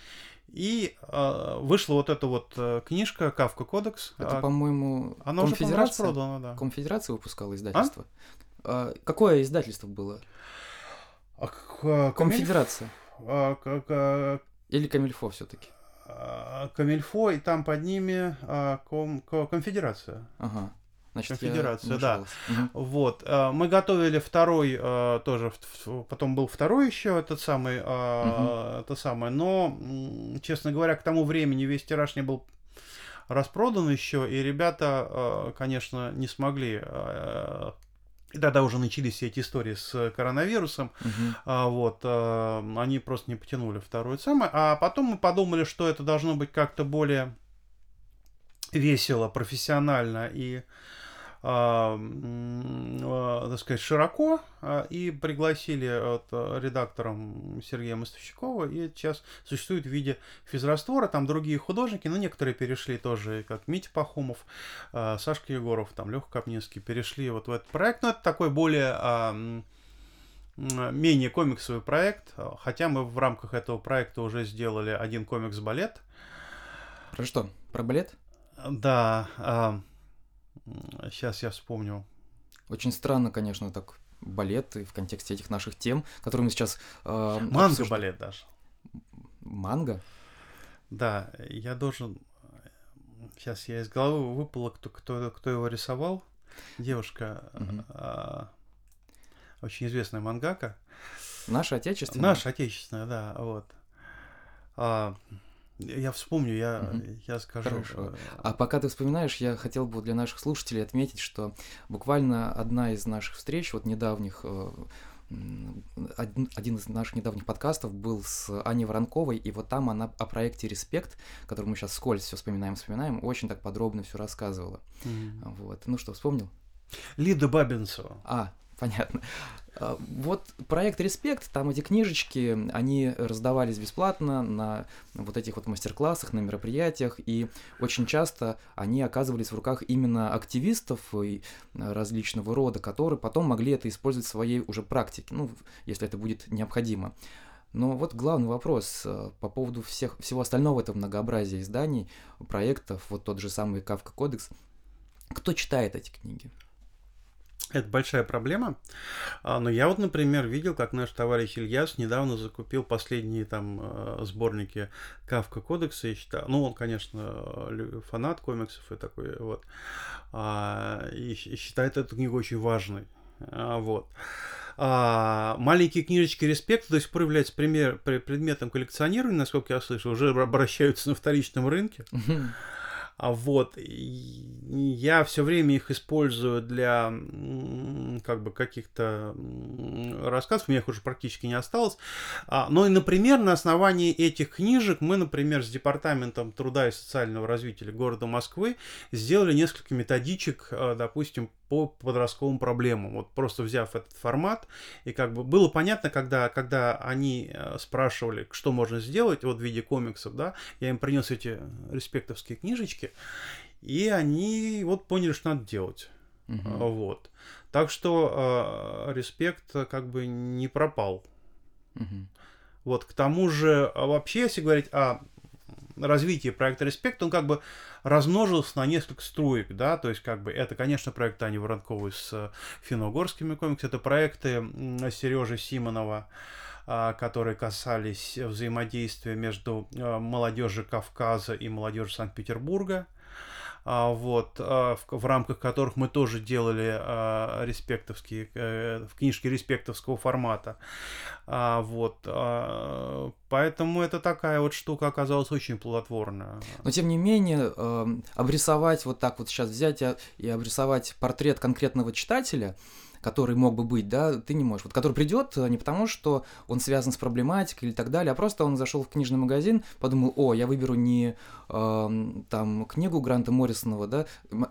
И вышла вот эта вот книжка «Кафка Кодекс». Это, по-моему, она уже распродана, да. Конфедерация выпускала издательство. Какое издательство было? Конфедерация. Или Камильфо все-таки? Камильфо, и там под ними Конфедерация. Ага. Значит, Конфедерация, да. Вот. Мы готовили второй тоже, потом был второй еще этот самый, это самое, но, честно говоря, к тому времени весь тираж не был распродан еще, и ребята, конечно, не смогли. И тогда уже начались все эти истории с коронавирусом. Вот, они просто не потянули второе самое. А потом мы подумали, что это должно быть как-то более весело, профессионально и, так сказать, широко. И пригласили редактором Сергея Мостовщикова. И сейчас существует в виде физраствора. Там другие художники, но некоторые перешли тоже, как Митя Пахомов, Сашка Егоров, там Леха Капнинский, перешли вот в этот проект. Но это такой более... менее комиксовый проект, хотя мы в рамках этого проекта уже сделали один комикс-балет. Про что? Про балет? Да, сейчас я вспомню. Очень странно, конечно, так балет и в контексте этих наших тем, которые мы сейчас... Манго-балет даже. Манго? Да, я должен... Сейчас я из головы выпало, кто его рисовал. Девушка... очень известная мангака. Наша отечественная? Наша отечественная, да, вот. Я вспомню, я скажу. Хорошо. А пока ты вспоминаешь, я хотел бы для наших слушателей отметить, что буквально одна из наших встреч, вот недавних, один из наших недавних подкастов был с Аней Воронковой, и вот там она о проекте «Респект», который мы сейчас вскользь все вспоминаем, очень так подробно все рассказывала. Вот. Ну что, вспомнил? Лида Бабинцева. Понятно. Вот проект «Респект», там эти книжечки, они раздавались бесплатно на вот этих вот мастер-классах, на мероприятиях, и очень часто они оказывались в руках именно активистов и различного рода, которые потом могли это использовать в своей уже практике, ну, если это будет необходимо. Но вот главный вопрос по поводу всего остального этого многообразия изданий, проектов, вот тот же самый «Кафка Кодекс». Кто читает эти книги? Это большая проблема. Но я вот, например, видел, как наш товарищ Ильяс недавно закупил последние там сборники Кафка Кодекса. И считал, ну, он, конечно, фанат комиксов и такой вот. И считает эту книгу очень важной. Вот. Маленькие книжечки «Респект» до сих пор являются предметом коллекционирования, насколько я слышал, уже обращаются на вторичном рынке. Вот, я все время их использую для как бы каких-то рассказов, у меня их уже практически не осталось. Но и, например, на основании этих книжек мы, например, с Департаментом труда и социального развития города Москвы сделали несколько методичек, допустим, по подростковым проблемам. Вот просто взяв этот формат, и как бы было понятно, когда они спрашивали, что можно сделать вот в виде комиксов, да, я им принес эти респектовские книжечки, и они вот поняли, что надо делать. Вот. Так что респект как бы не пропал. Вот, к тому же, вообще, если говорить о развитии проекта «Респект», он как бы размножился на несколько струек, да, то есть как бы это, конечно, проекты Ани Воронковой с финно-угорскими комиксами, это проекты Сережи Симонова, которые касались взаимодействия между молодежью Кавказа и молодежью Санкт-Петербурга. Вот, в рамках которых мы тоже делали респектовские, в книжке респектовского формата. Вот, поэтому это такая вот штука оказалась очень плодотворная. Но тем не менее, обрисовать вот так вот сейчас взять и обрисовать портрет конкретного читателя, который мог бы быть, да, ты не можешь. Вот который придет не потому, что он связан с проблематикой или так далее, а просто он зашел в книжный магазин, подумал, я выберу не там книгу Гранта Моррисона, да,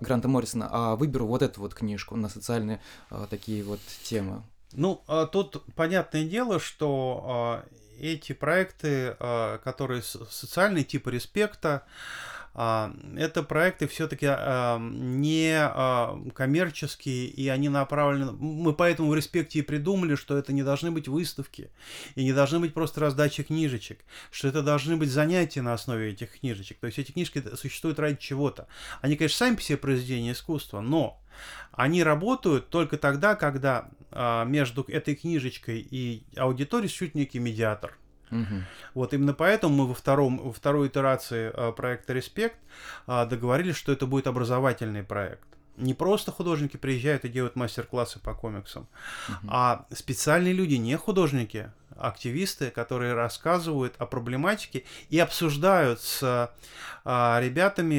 а выберу вот эту вот книжку на социальные такие вот темы. Ну, тут понятное дело, что эти проекты, которые социальные, типа «Респекта», это проекты все-таки не коммерческие, и они направлены... Мы поэтому в «Респекте» и придумали, что это не должны быть выставки, и не должны быть просто раздачи книжечек, что это должны быть занятия на основе этих книжечек. То есть эти книжки существуют ради чего-то. Они, конечно, сами по себе произведения искусства, но они работают только тогда, когда между этой книжечкой и аудиторией существует некий медиатор. Вот именно поэтому мы во второй итерации проекта «Респект» договорились, что это будет образовательный проект. Не просто художники приезжают и делают мастер-классы по комиксам, а специальные люди, не художники, активисты, которые рассказывают о проблематике и обсуждают с ребятами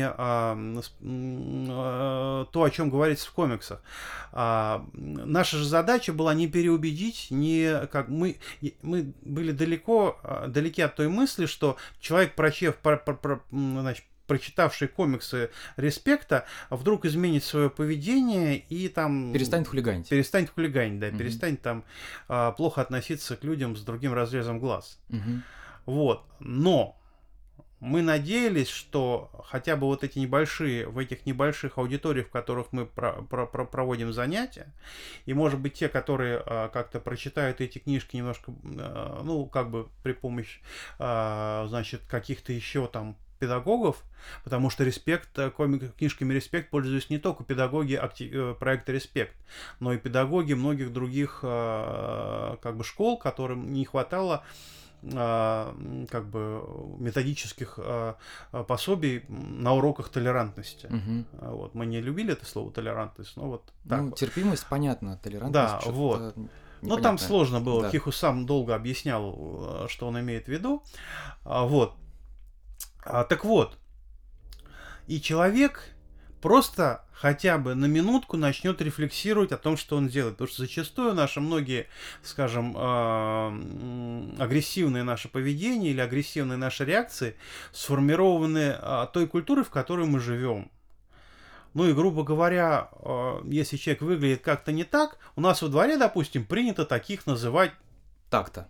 то, о чем говорится в комиксах. Наша же задача была не переубедить, не как мы были далеки от той мысли, что человек, прочитавший комиксы «Респекта», вдруг изменит свое поведение и там... Перестанет хулиганить. Перестанет хулиганить, да, перестанет там плохо относиться к людям с другим разрезом глаз. Вот. Но мы надеялись, что хотя бы вот эти в этих небольших аудиториях, в которых мы проводим занятия, и, может быть, те, которые как-то прочитают эти книжки немножко, ну, как бы при помощи, значит, каких-то еще там педагогов, потому что книжками «Респект» пользуются не только педагоги проекта «Респект», но и педагоги многих других как бы школ, которым не хватало как бы методических пособий на уроках толерантности. Вот. Мы не любили это слово толерантность, но вот так. Ну, вот. Терпимость, понятно, толерантность. Да, вот. Но там сложно было. Да. Киху сам долго объяснял, что он имеет в виду. Вот. Так вот, и человек просто хотя бы на минутку начнет рефлексировать о том, что он делает. Потому что зачастую наши многие, скажем, агрессивное наше поведение или агрессивные наши реакции сформированы той культурой, в которой мы живем. Ну и, грубо говоря, если человек выглядит как-то не так, у нас во дворе, допустим, принято таких называть... Так-то.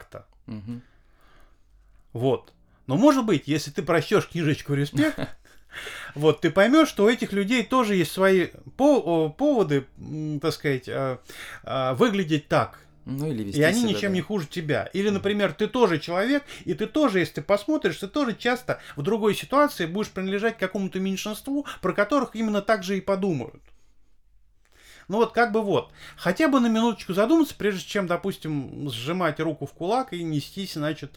Вот. Но, может быть, если ты прочтешь книжечку «Респект», вот, ты поймешь, что у этих людей тоже есть свои поводы, так сказать, выглядеть так. Ну, или вести и они себя, ничем да. не хуже тебя. Или, например, ты тоже человек, и ты тоже, если ты посмотришь, ты тоже часто в другой ситуации будешь принадлежать какому-то меньшинству, про которых именно так же и подумают. Ну вот как бы вот. Хотя бы на минуточку задуматься, прежде чем, допустим, сжимать руку в кулак и нестись, значит,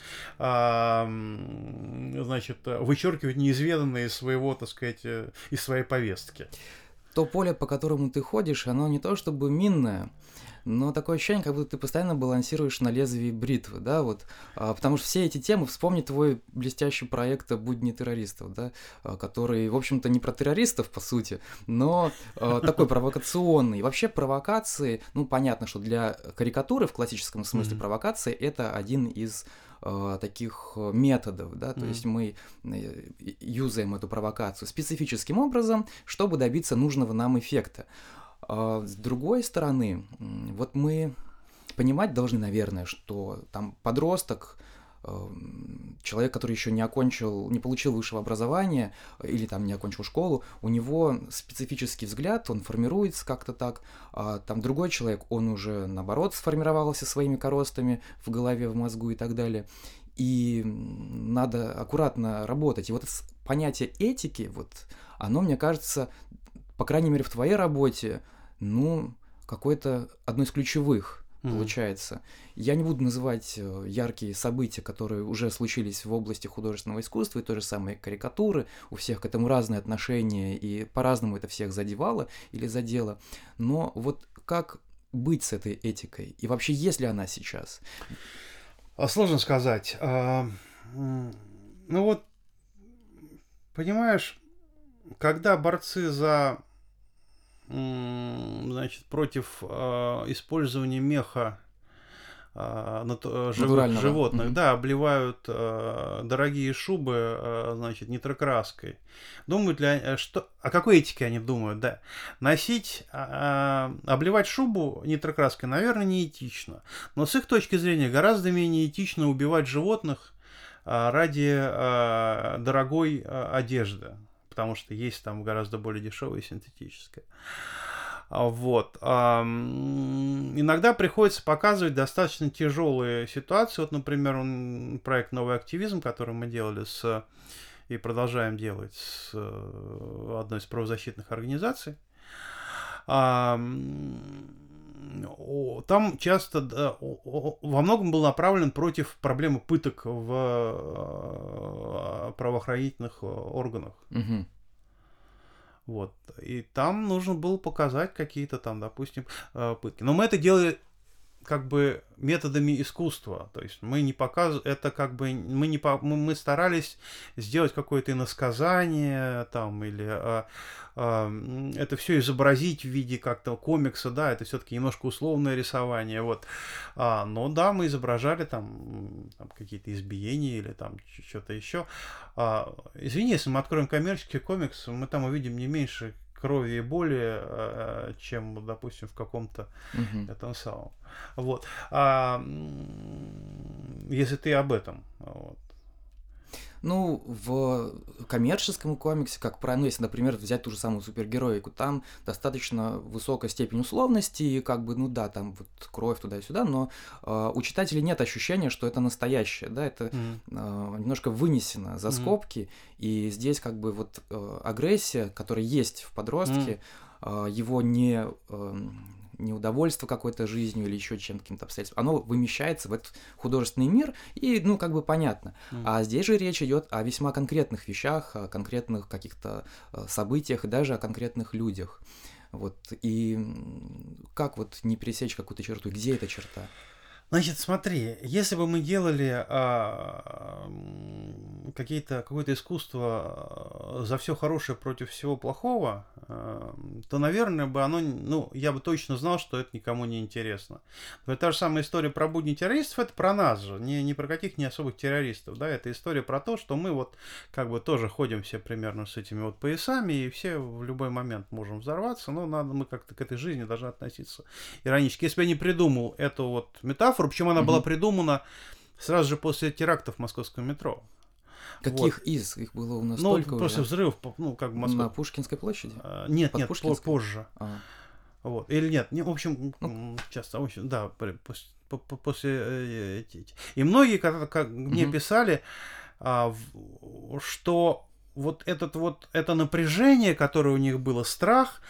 вычеркивать неизведанное из своего, так сказать, из своей повестки. То поле, по которому ты ходишь, оно не то чтобы минное, но такое ощущение, как будто ты постоянно балансируешь на лезвии бритвы, да, вот, потому что все эти темы, вспомни твой блестящий проект «Будни террористов», да, который, в общем-то, не про террористов, по сути, но такой провокационный. Вообще провокации, ну, понятно, что для карикатуры в классическом смысле провокации это один из таких методов, да, то есть мы юзаем эту провокацию специфическим образом, чтобы добиться нужного нам эффекта. С другой стороны, вот мы понимать должны, наверное, что там подросток, человек, который еще не получил высшего образования или там не окончил школу, у него специфический взгляд, он формируется как-то так, а там другой человек, он уже наоборот сформировался своими коростами в голове, в мозгу и так далее. И надо аккуратно работать. И вот понятие этики, вот, оно, мне кажется, по крайней мере, в твоей работе, ну, какое-то одно из ключевых получается. Я не буду называть яркие события, которые уже случились в области художественного искусства, и той же самой карикатуры. У всех к этому разные отношения, и по-разному это всех задевало или задело. Но вот как быть с этой этикой? И вообще, есть ли она сейчас? Сложно сказать. Ну вот, понимаешь, когда борцы против использования меха животных, да, обливают дорогие шубы, значит, нитрокраской. Думают ли они, о какой этике они думают, да? Обливать шубу нитрокраской, наверное, неэтично. Но с их точки зрения гораздо менее этично убивать животных, ради дорогой одежды, потому что есть там гораздо более дешевая синтетическая. Вот. Иногда приходится показывать достаточно тяжелые ситуации. Вот, например, проект «Новый активизм», который мы делали и продолжаем делать с одной из правозащитных организаций. Там часто во многом был направлен против проблемы пыток в правоохранительных органах. Угу. Вот. И там нужно было показать какие-то там, допустим, пытки. Но мы это делали как бы методами искусства. То есть мы не показывали, это как бы мы старались сделать какое-то иносказание там, или это все изобразить в виде как-то комикса, да, это все-таки немножко условное рисование, вот. Но да, мы изображали там какие-то избиения или там что-то еще. Извини, если мы откроем коммерческий комикс, мы там увидим не меньше крови и боли, чем, допустим, в каком-то этом самом. Вот. Если ты об этом. Вот. Ну, в коммерческом комиксе, как правило, если, например, взять ту же самую супергероику, там достаточно высокая степень условности, и как бы, ну да, там вот кровь туда-сюда, но у читателей нет ощущения, что это настоящее, да, это немножко вынесено за скобки, и здесь как бы вот агрессия, которая есть в подростке, его неудовольствие какой-то жизнью или еще чем-то, каким-то обстоятельством, оно вымещается в этот художественный мир, и, ну, как бы понятно. А здесь же речь идет о весьма конкретных вещах, о конкретных каких-то событиях и даже о конкретных людях. Вот. И как вот не пересечь какую-то черту? Где эта черта? Значит, смотри, если бы мы делали какое-то искусство за все хорошее против всего плохого, то, наверное, бы оно, ну, я бы точно знал, что это никому не интересно. Но та же самая история про будни террористов, это про нас же, не про каких не особых террористов, да, это история про то, что мы вот как бы тоже ходим все примерно с этими вот поясами, и все в любой момент можем взорваться, но мы как-то к этой жизни должны относиться иронически. Если бы я не придумал эту вот метафору, причем она была придумана сразу же после терактов в московском метро. Каких вот. Их было у нас ну, столько после уже? взрывов, ну, как бы в Москве. На Пушкинской площади? Нет, позже. Вот. Или нет, в общем, часто, в общем, да, после... И многие как мне писали, что вот это напряжение, которое у них было, страх,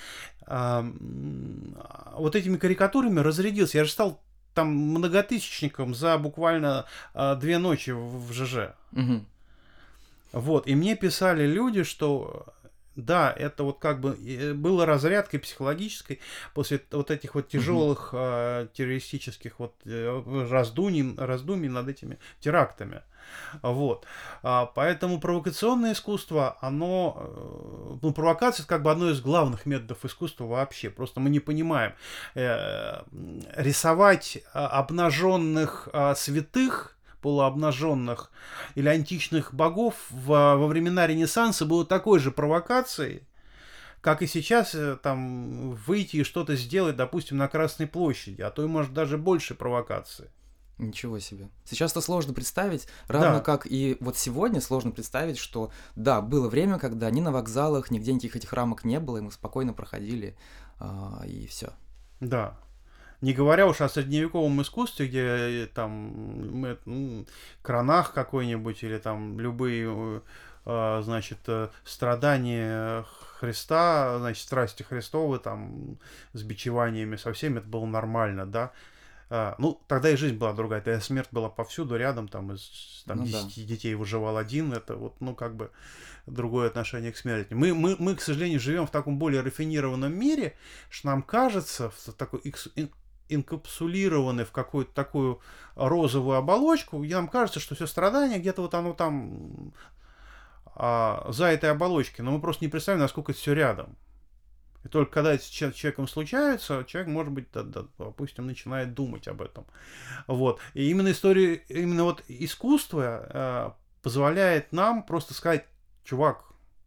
вот этими карикатурами разрядился. Я же стал там многотысячником за буквально 2 ночи в ЖЖ. Вот, и мне писали люди, что да, это вот как бы было разрядкой психологической после вот этих вот тяжелых террористических вот раздумий над этими терактами. Вот. Поэтому провокационное искусство, провокация — это как бы одно из главных методов искусства вообще. Просто мы не понимаем. Рисовать обнаженных святых, полуобнаженных или античных богов во времена Ренессанса было такой же провокацией, как и сейчас там выйти и что-то сделать, допустим, на Красной площади, а то и, может, даже больше провокации. Ничего себе. Сейчас-то сложно представить, равно как и вот сегодня сложно представить, что да, было время, когда ни на вокзалах, нигде никаких этих рамок не было, и мы спокойно проходили, и все. Да. Не говоря уж о средневековом искусстве, где там Кранах какой-нибудь или там любые, значит, страдания Христа, значит, страсти Христовы, там, с бичеваниями со всеми, это было нормально, да. Тогда и жизнь была другая, тогда смерть была повсюду, рядом, там, из 10 детей выживал один, это вот, как бы другое отношение к смерти. Мы, к сожалению, живем в таком более рафинированном мире, что нам кажется, в такой инкапсулированы в какую-то такую розовую оболочку, и нам кажется, что все страдание где-то вот оно там за этой оболочкой, но мы просто не представляем, насколько это все рядом. И только когда это с человеком случается, человек, может быть, допустим, начинает думать об этом. Вот. И именно вот искусство позволяет нам просто сказать: чувак,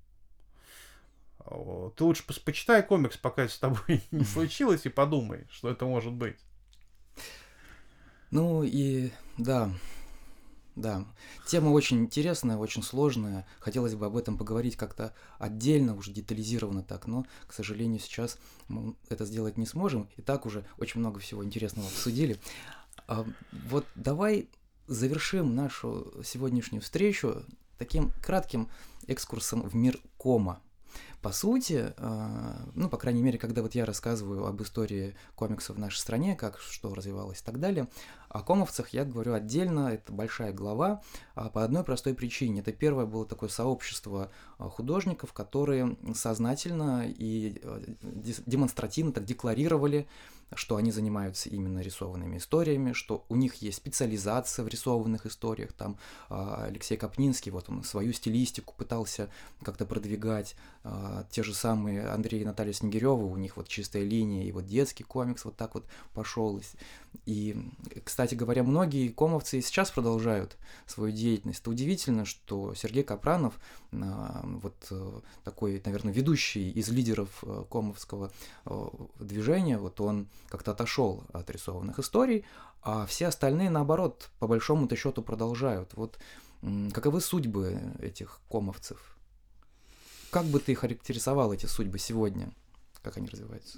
ты лучше почитай комикс, пока это с тобой не случилось, и подумай, что это может быть. Ну и да, Да, тема очень интересная, очень сложная. Хотелось бы об этом поговорить как-то отдельно, уже детализированно так, но, к сожалению, сейчас мы это сделать не сможем. И так уже очень много всего интересного обсудили. Вот давай завершим нашу сегодняшнюю встречу таким кратким экскурсом в мир кома. По сути, ну, по крайней мере, когда вот я рассказываю об истории комиксов в нашей стране, как что развивалось и так далее, о комовцах я говорю отдельно, это большая глава, по одной простой причине. Это первое было такое сообщество художников, которые сознательно и демонстративно так декларировали, что они занимаются именно рисованными историями, что у них есть специализация в рисованных историях. Там Алексей Капнинский, вот он свою стилистику пытался как-то продвигать. Те же самые Андрей и Наталья Снегирёвы, у них вот чистая линия, и вот детский комикс вот так вот пошел. И, кстати говоря, многие комовцы и сейчас продолжают свою деятельность. Это удивительно, что Сергей Капранов, вот такой, наверное, ведущий из лидеров комовского движения, вот он как-то отошел от рисованных историй, а все остальные, наоборот, по большому-то счету продолжают. Вот каковы судьбы этих комовцев? Как бы ты характеризовал эти судьбы сегодня? Как они развиваются?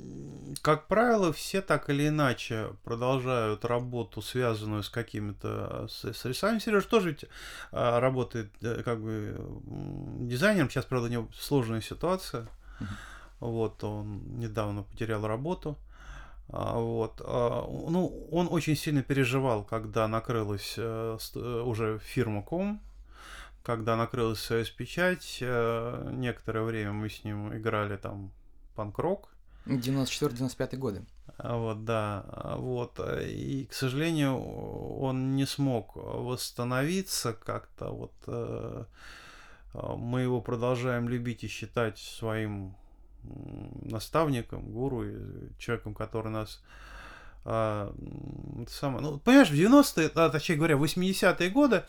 Как правило, все так или иначе продолжают работу, связанную с какими-то с рисованием. Сережа тоже ведь работает как бы дизайнером. Сейчас, правда, у него сложная ситуация. Вот, он недавно потерял работу. Вот. Ну, он очень сильно переживал, когда накрылась уже фирма Ком, когда накрылась Союзпечать. Некоторое время мы с ним играли там панк-рок. 94-95 годы. Вот, да. Вот. И, к сожалению, он не смог восстановиться как-то. Вот. Мы его продолжаем любить и считать своим наставником, гуру, человеком, который нас ну, понимаешь, в 90-е, точнее говоря, в 80-е годы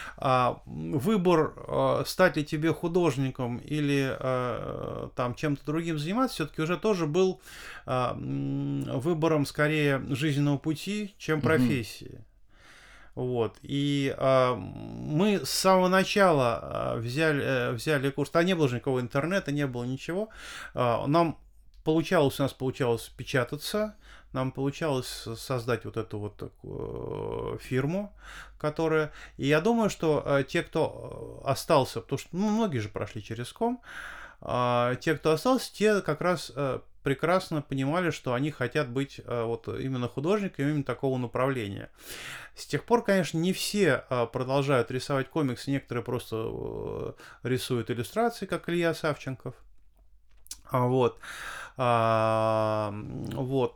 выбор, стать ли тебе художником или там чем-то другим заниматься, все-таки уже тоже был выбором скорее жизненного пути, чем профессии. Вот. И мы с самого начала взяли курс. Там не было же никакого интернета, не было ничего. У нас получалось печататься, нам получалось создать вот эту вот такую фирму, которая... И я думаю, что те, кто остался, потому что многие же прошли через Ком, те, кто остался, те как раз прекрасно понимали, что они хотят быть вот именно художниками, именно такого направления. С тех пор, конечно, не все продолжают рисовать комиксы, некоторые просто рисуют иллюстрации, как Илья Савченков. Вот. Вот.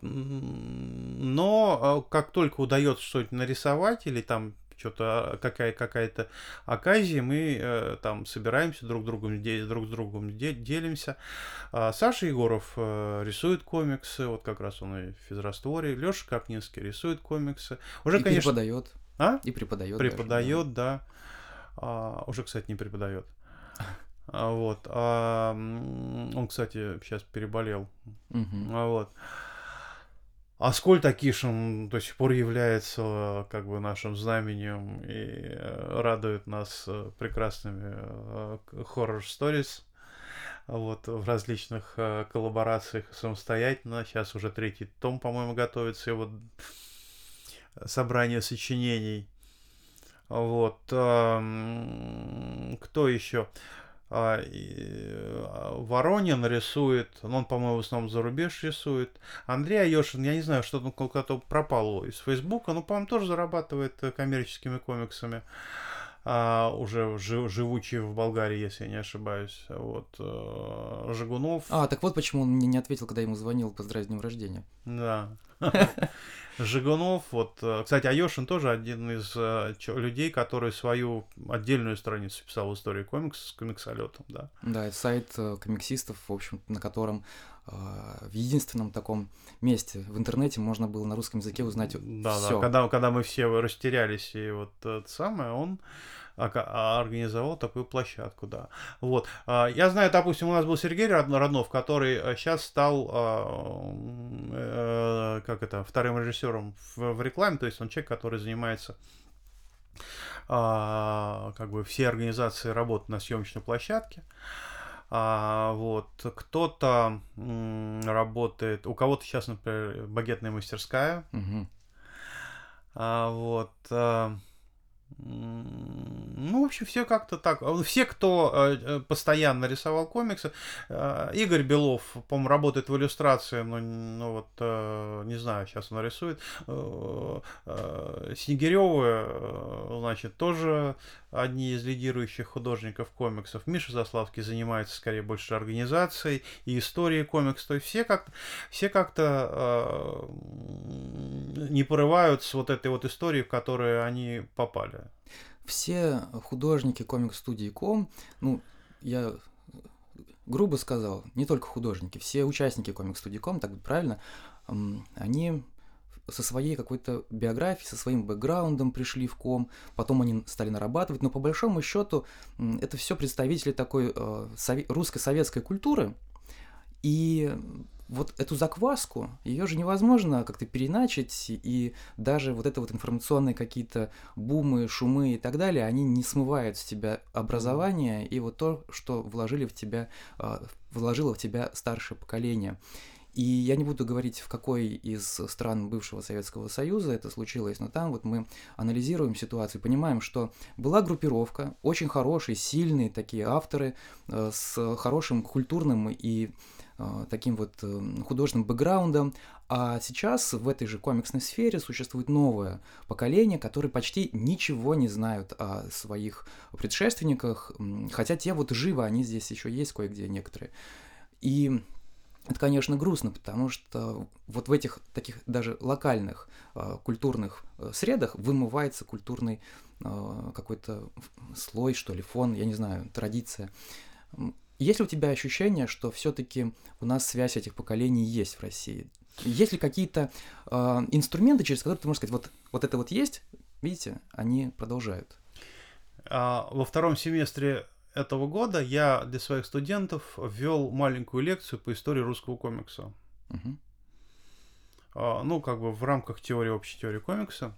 Но как только удается что-нибудь нарисовать или там что-то какая-то оказия, мы там собираемся друг с другом делимся. Саша Егоров рисует комиксы, вот как раз он и в физрастворе. Леша Капнинский рисует комиксы. Уже, и конечно, преподает. И преподает. Преподает, даже, да. Уже, кстати, не преподает. Вот. Он, кстати, сейчас переболел. Вот. Аскольд Акишин до сих пор является как бы нашим знаменем и радует нас прекрасными хоррор-сторис. Вот, в различных коллаборациях самостоятельно. Сейчас уже 3-й том, по-моему, готовится его собрание сочинений. Вот. Кто еще? Воронин рисует, он, по-моему, в основном за рубеж рисует. Андрей Айошин, я не знаю, что он куда-то пропал из Фейсбука, но, по-моему, тоже зарабатывает коммерческими комиксами. Уже живучий в Болгарии, если я не ошибаюсь. Вот. Жигунов. Так вот почему он мне не ответил, когда ему звонил поздравить с днем рождения. Да. Жигунов, вот, кстати, Айошин тоже один из людей, который свою отдельную страницу писал в истории комикса с комиксолетом, да. Да, это сайт комиксистов, в общем, на котором в единственном таком месте в интернете можно было на русском языке узнать всё. Да, когда мы все растерялись, и вот это самое, он организовал такую площадку, да. Вот. Я знаю, допустим, у нас был Сергей Роднов, который сейчас стал вторым режиссером в рекламе, то есть он человек, который занимается как бы все организации работают на съемочной площадке. Вот, кто-то работает, у кого-то сейчас, например, багетная мастерская. Мгм. Вот. Ну, в общем, все как-то так. Все, кто постоянно рисовал комиксы. Игорь Белов, по-моему, работает в иллюстрации, но вот, не знаю, сейчас он рисует. Снегирёвы, значит, тоже одни из лидирующих художников комиксов. Миша Заславский занимается скорее больше организацией и историей комиксов. То есть все как-то не порывают с вот этой вот историей, в которую они попали. Все художники комикс-студии Ком, ну, я грубо сказал, не только художники, все участники комикс-студии Ком, так будет правильно, они со своей какой-то биографией, со своим бэкграундом пришли в Ком, потом они стали нарабатывать, но по большому счету это все представители такой русской советской культуры, и вот эту закваску, ее же невозможно как-то переначить, и даже вот это вот информационные какие-то бумы, шумы и так далее, они не смывают с тебя образование и вот то, что вложило в тебя старшее поколение. И я не буду говорить, в какой из стран бывшего Советского Союза это случилось, но там вот мы анализируем ситуацию, понимаем, что была группировка, очень хорошие, сильные такие авторы с хорошим культурным и таким вот художественным бэкграундом, а сейчас в этой же комиксной сфере существует новое поколение, которые почти ничего не знают о своих предшественниках, хотя те вот живы, они здесь еще есть кое-где некоторые. И это, конечно, грустно, потому что вот в этих таких даже локальных культурных средах вымывается культурный какой-то слой, что ли, фон, я не знаю, традиция. Есть ли у тебя ощущение, что все-таки у нас связь этих поколений есть в России? Есть ли какие-то инструменты, через которые ты можешь сказать, вот это вот есть, видите, они продолжают? Во втором семестре этого года я для своих студентов ввел маленькую лекцию по истории русского комикса. Угу. Ну, как бы в рамках общей теории комикса.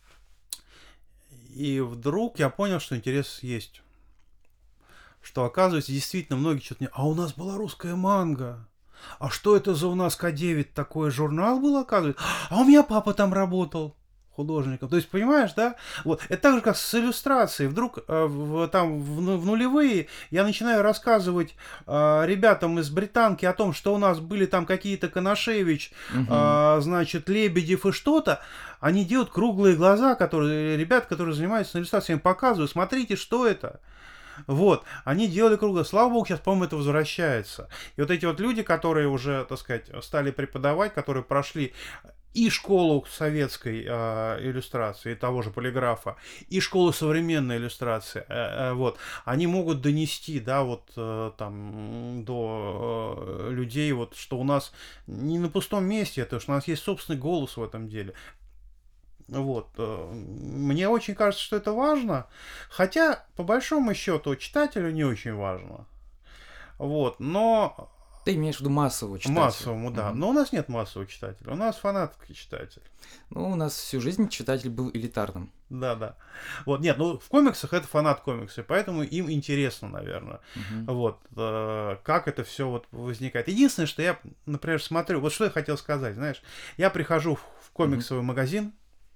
И вдруг я понял, что интерес есть. Что, оказывается, действительно многие что-то... А у нас была русская манга. А что это за у нас К9 такой журнал был, оказывается? А у меня папа там работал художником. То есть, понимаешь, да? Вот. Это так же, как с иллюстрацией. Вдруг в нулевые я начинаю рассказывать ребятам из Британки о том, что у нас были там какие-то Конашевич, значит, Лебедев и что-то. Они делают круглые глаза, ребят, которые занимаются иллюстрацией, им показывают, смотрите, что это. Вот, они делали круглое. Слава богу, сейчас, по-моему, это возвращается. И вот эти вот люди, которые уже, так сказать, стали преподавать, которые прошли и школу советской иллюстрации, и того же полиграфа, и школу современной иллюстрации, вот, они могут донести, да, вот там до людей, вот, что у нас не на пустом месте, это что у нас есть собственный голос в этом деле. Вот. Мне очень кажется, что это важно, хотя, по большому счету, читателю не очень важно. Вот, но... Ты имеешь в виду массового читателя? Массовому, да. Но у нас нет массового читателя, у нас фанатский читатель. Ну, у нас всю жизнь читатель был элитарным. Да. Вот, нет, ну в комиксах это фанат комикса, поэтому им интересно, наверное. Вот, как это все вот возникает. Единственное, что я, например, смотрю, вот что я хотел сказать, знаешь, я прихожу в комиксовый магазин,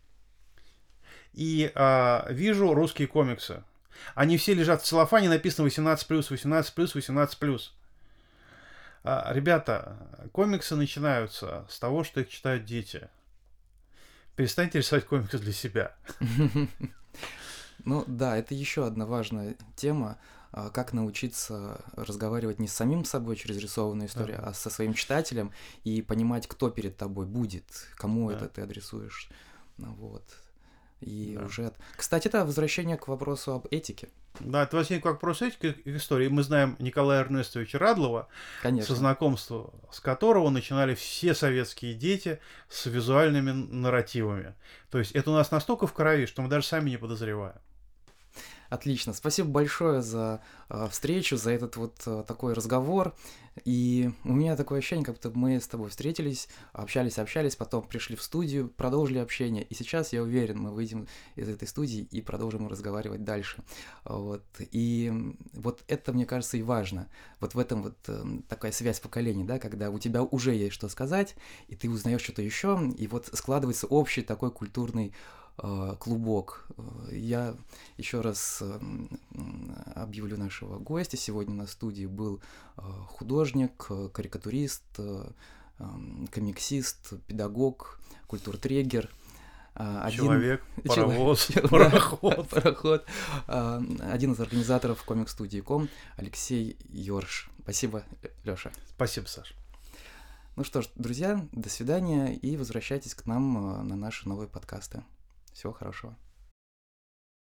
и вижу русские комиксы. Они все лежат в целлофане, написано 18+, 18+, 18+. Ребята, комиксы начинаются с того, что их читают дети. Перестаньте рисовать комиксы для себя. Ну да, это еще одна важная тема. Как научиться разговаривать не с самим собой через рисованную историю, а со своим читателем и понимать, кто перед тобой будет, кому это ты адресуешь. Вот. И уже... Кстати, это возвращение к вопросу об этике. Да, это возвращение к вопросу этики и истории. Мы знаем Николая Эрнестовича Радлова, со знакомства с которого начинали все советские дети с визуальными нарративами. То есть это у нас настолько в крови, что мы даже сами не подозреваем. Отлично. Спасибо большое за встречу, за этот вот такой разговор. И у меня такое ощущение, как будто мы с тобой встретились, общались, потом пришли в студию, продолжили общение. И сейчас, я уверен, мы выйдем из этой студии и продолжим разговаривать дальше. Вот. И вот это, мне кажется, и важно. Вот в этом вот такая связь поколений, да, когда у тебя уже есть что сказать, и ты узнаешь что-то еще, и вот складывается общий такой культурный клубок. Я еще раз объявлю нашего гостя. Сегодня на студии был художник, карикатурист, комиксист, педагог, культуртрегер. Человек, паровоз, пароход. Один из организаторов комик-студии .com Алексей Йорш. Спасибо, Лёша. Спасибо, Саш. Ну что ж, друзья, до свидания и возвращайтесь к нам на наши новые подкасты. Всего хорошего.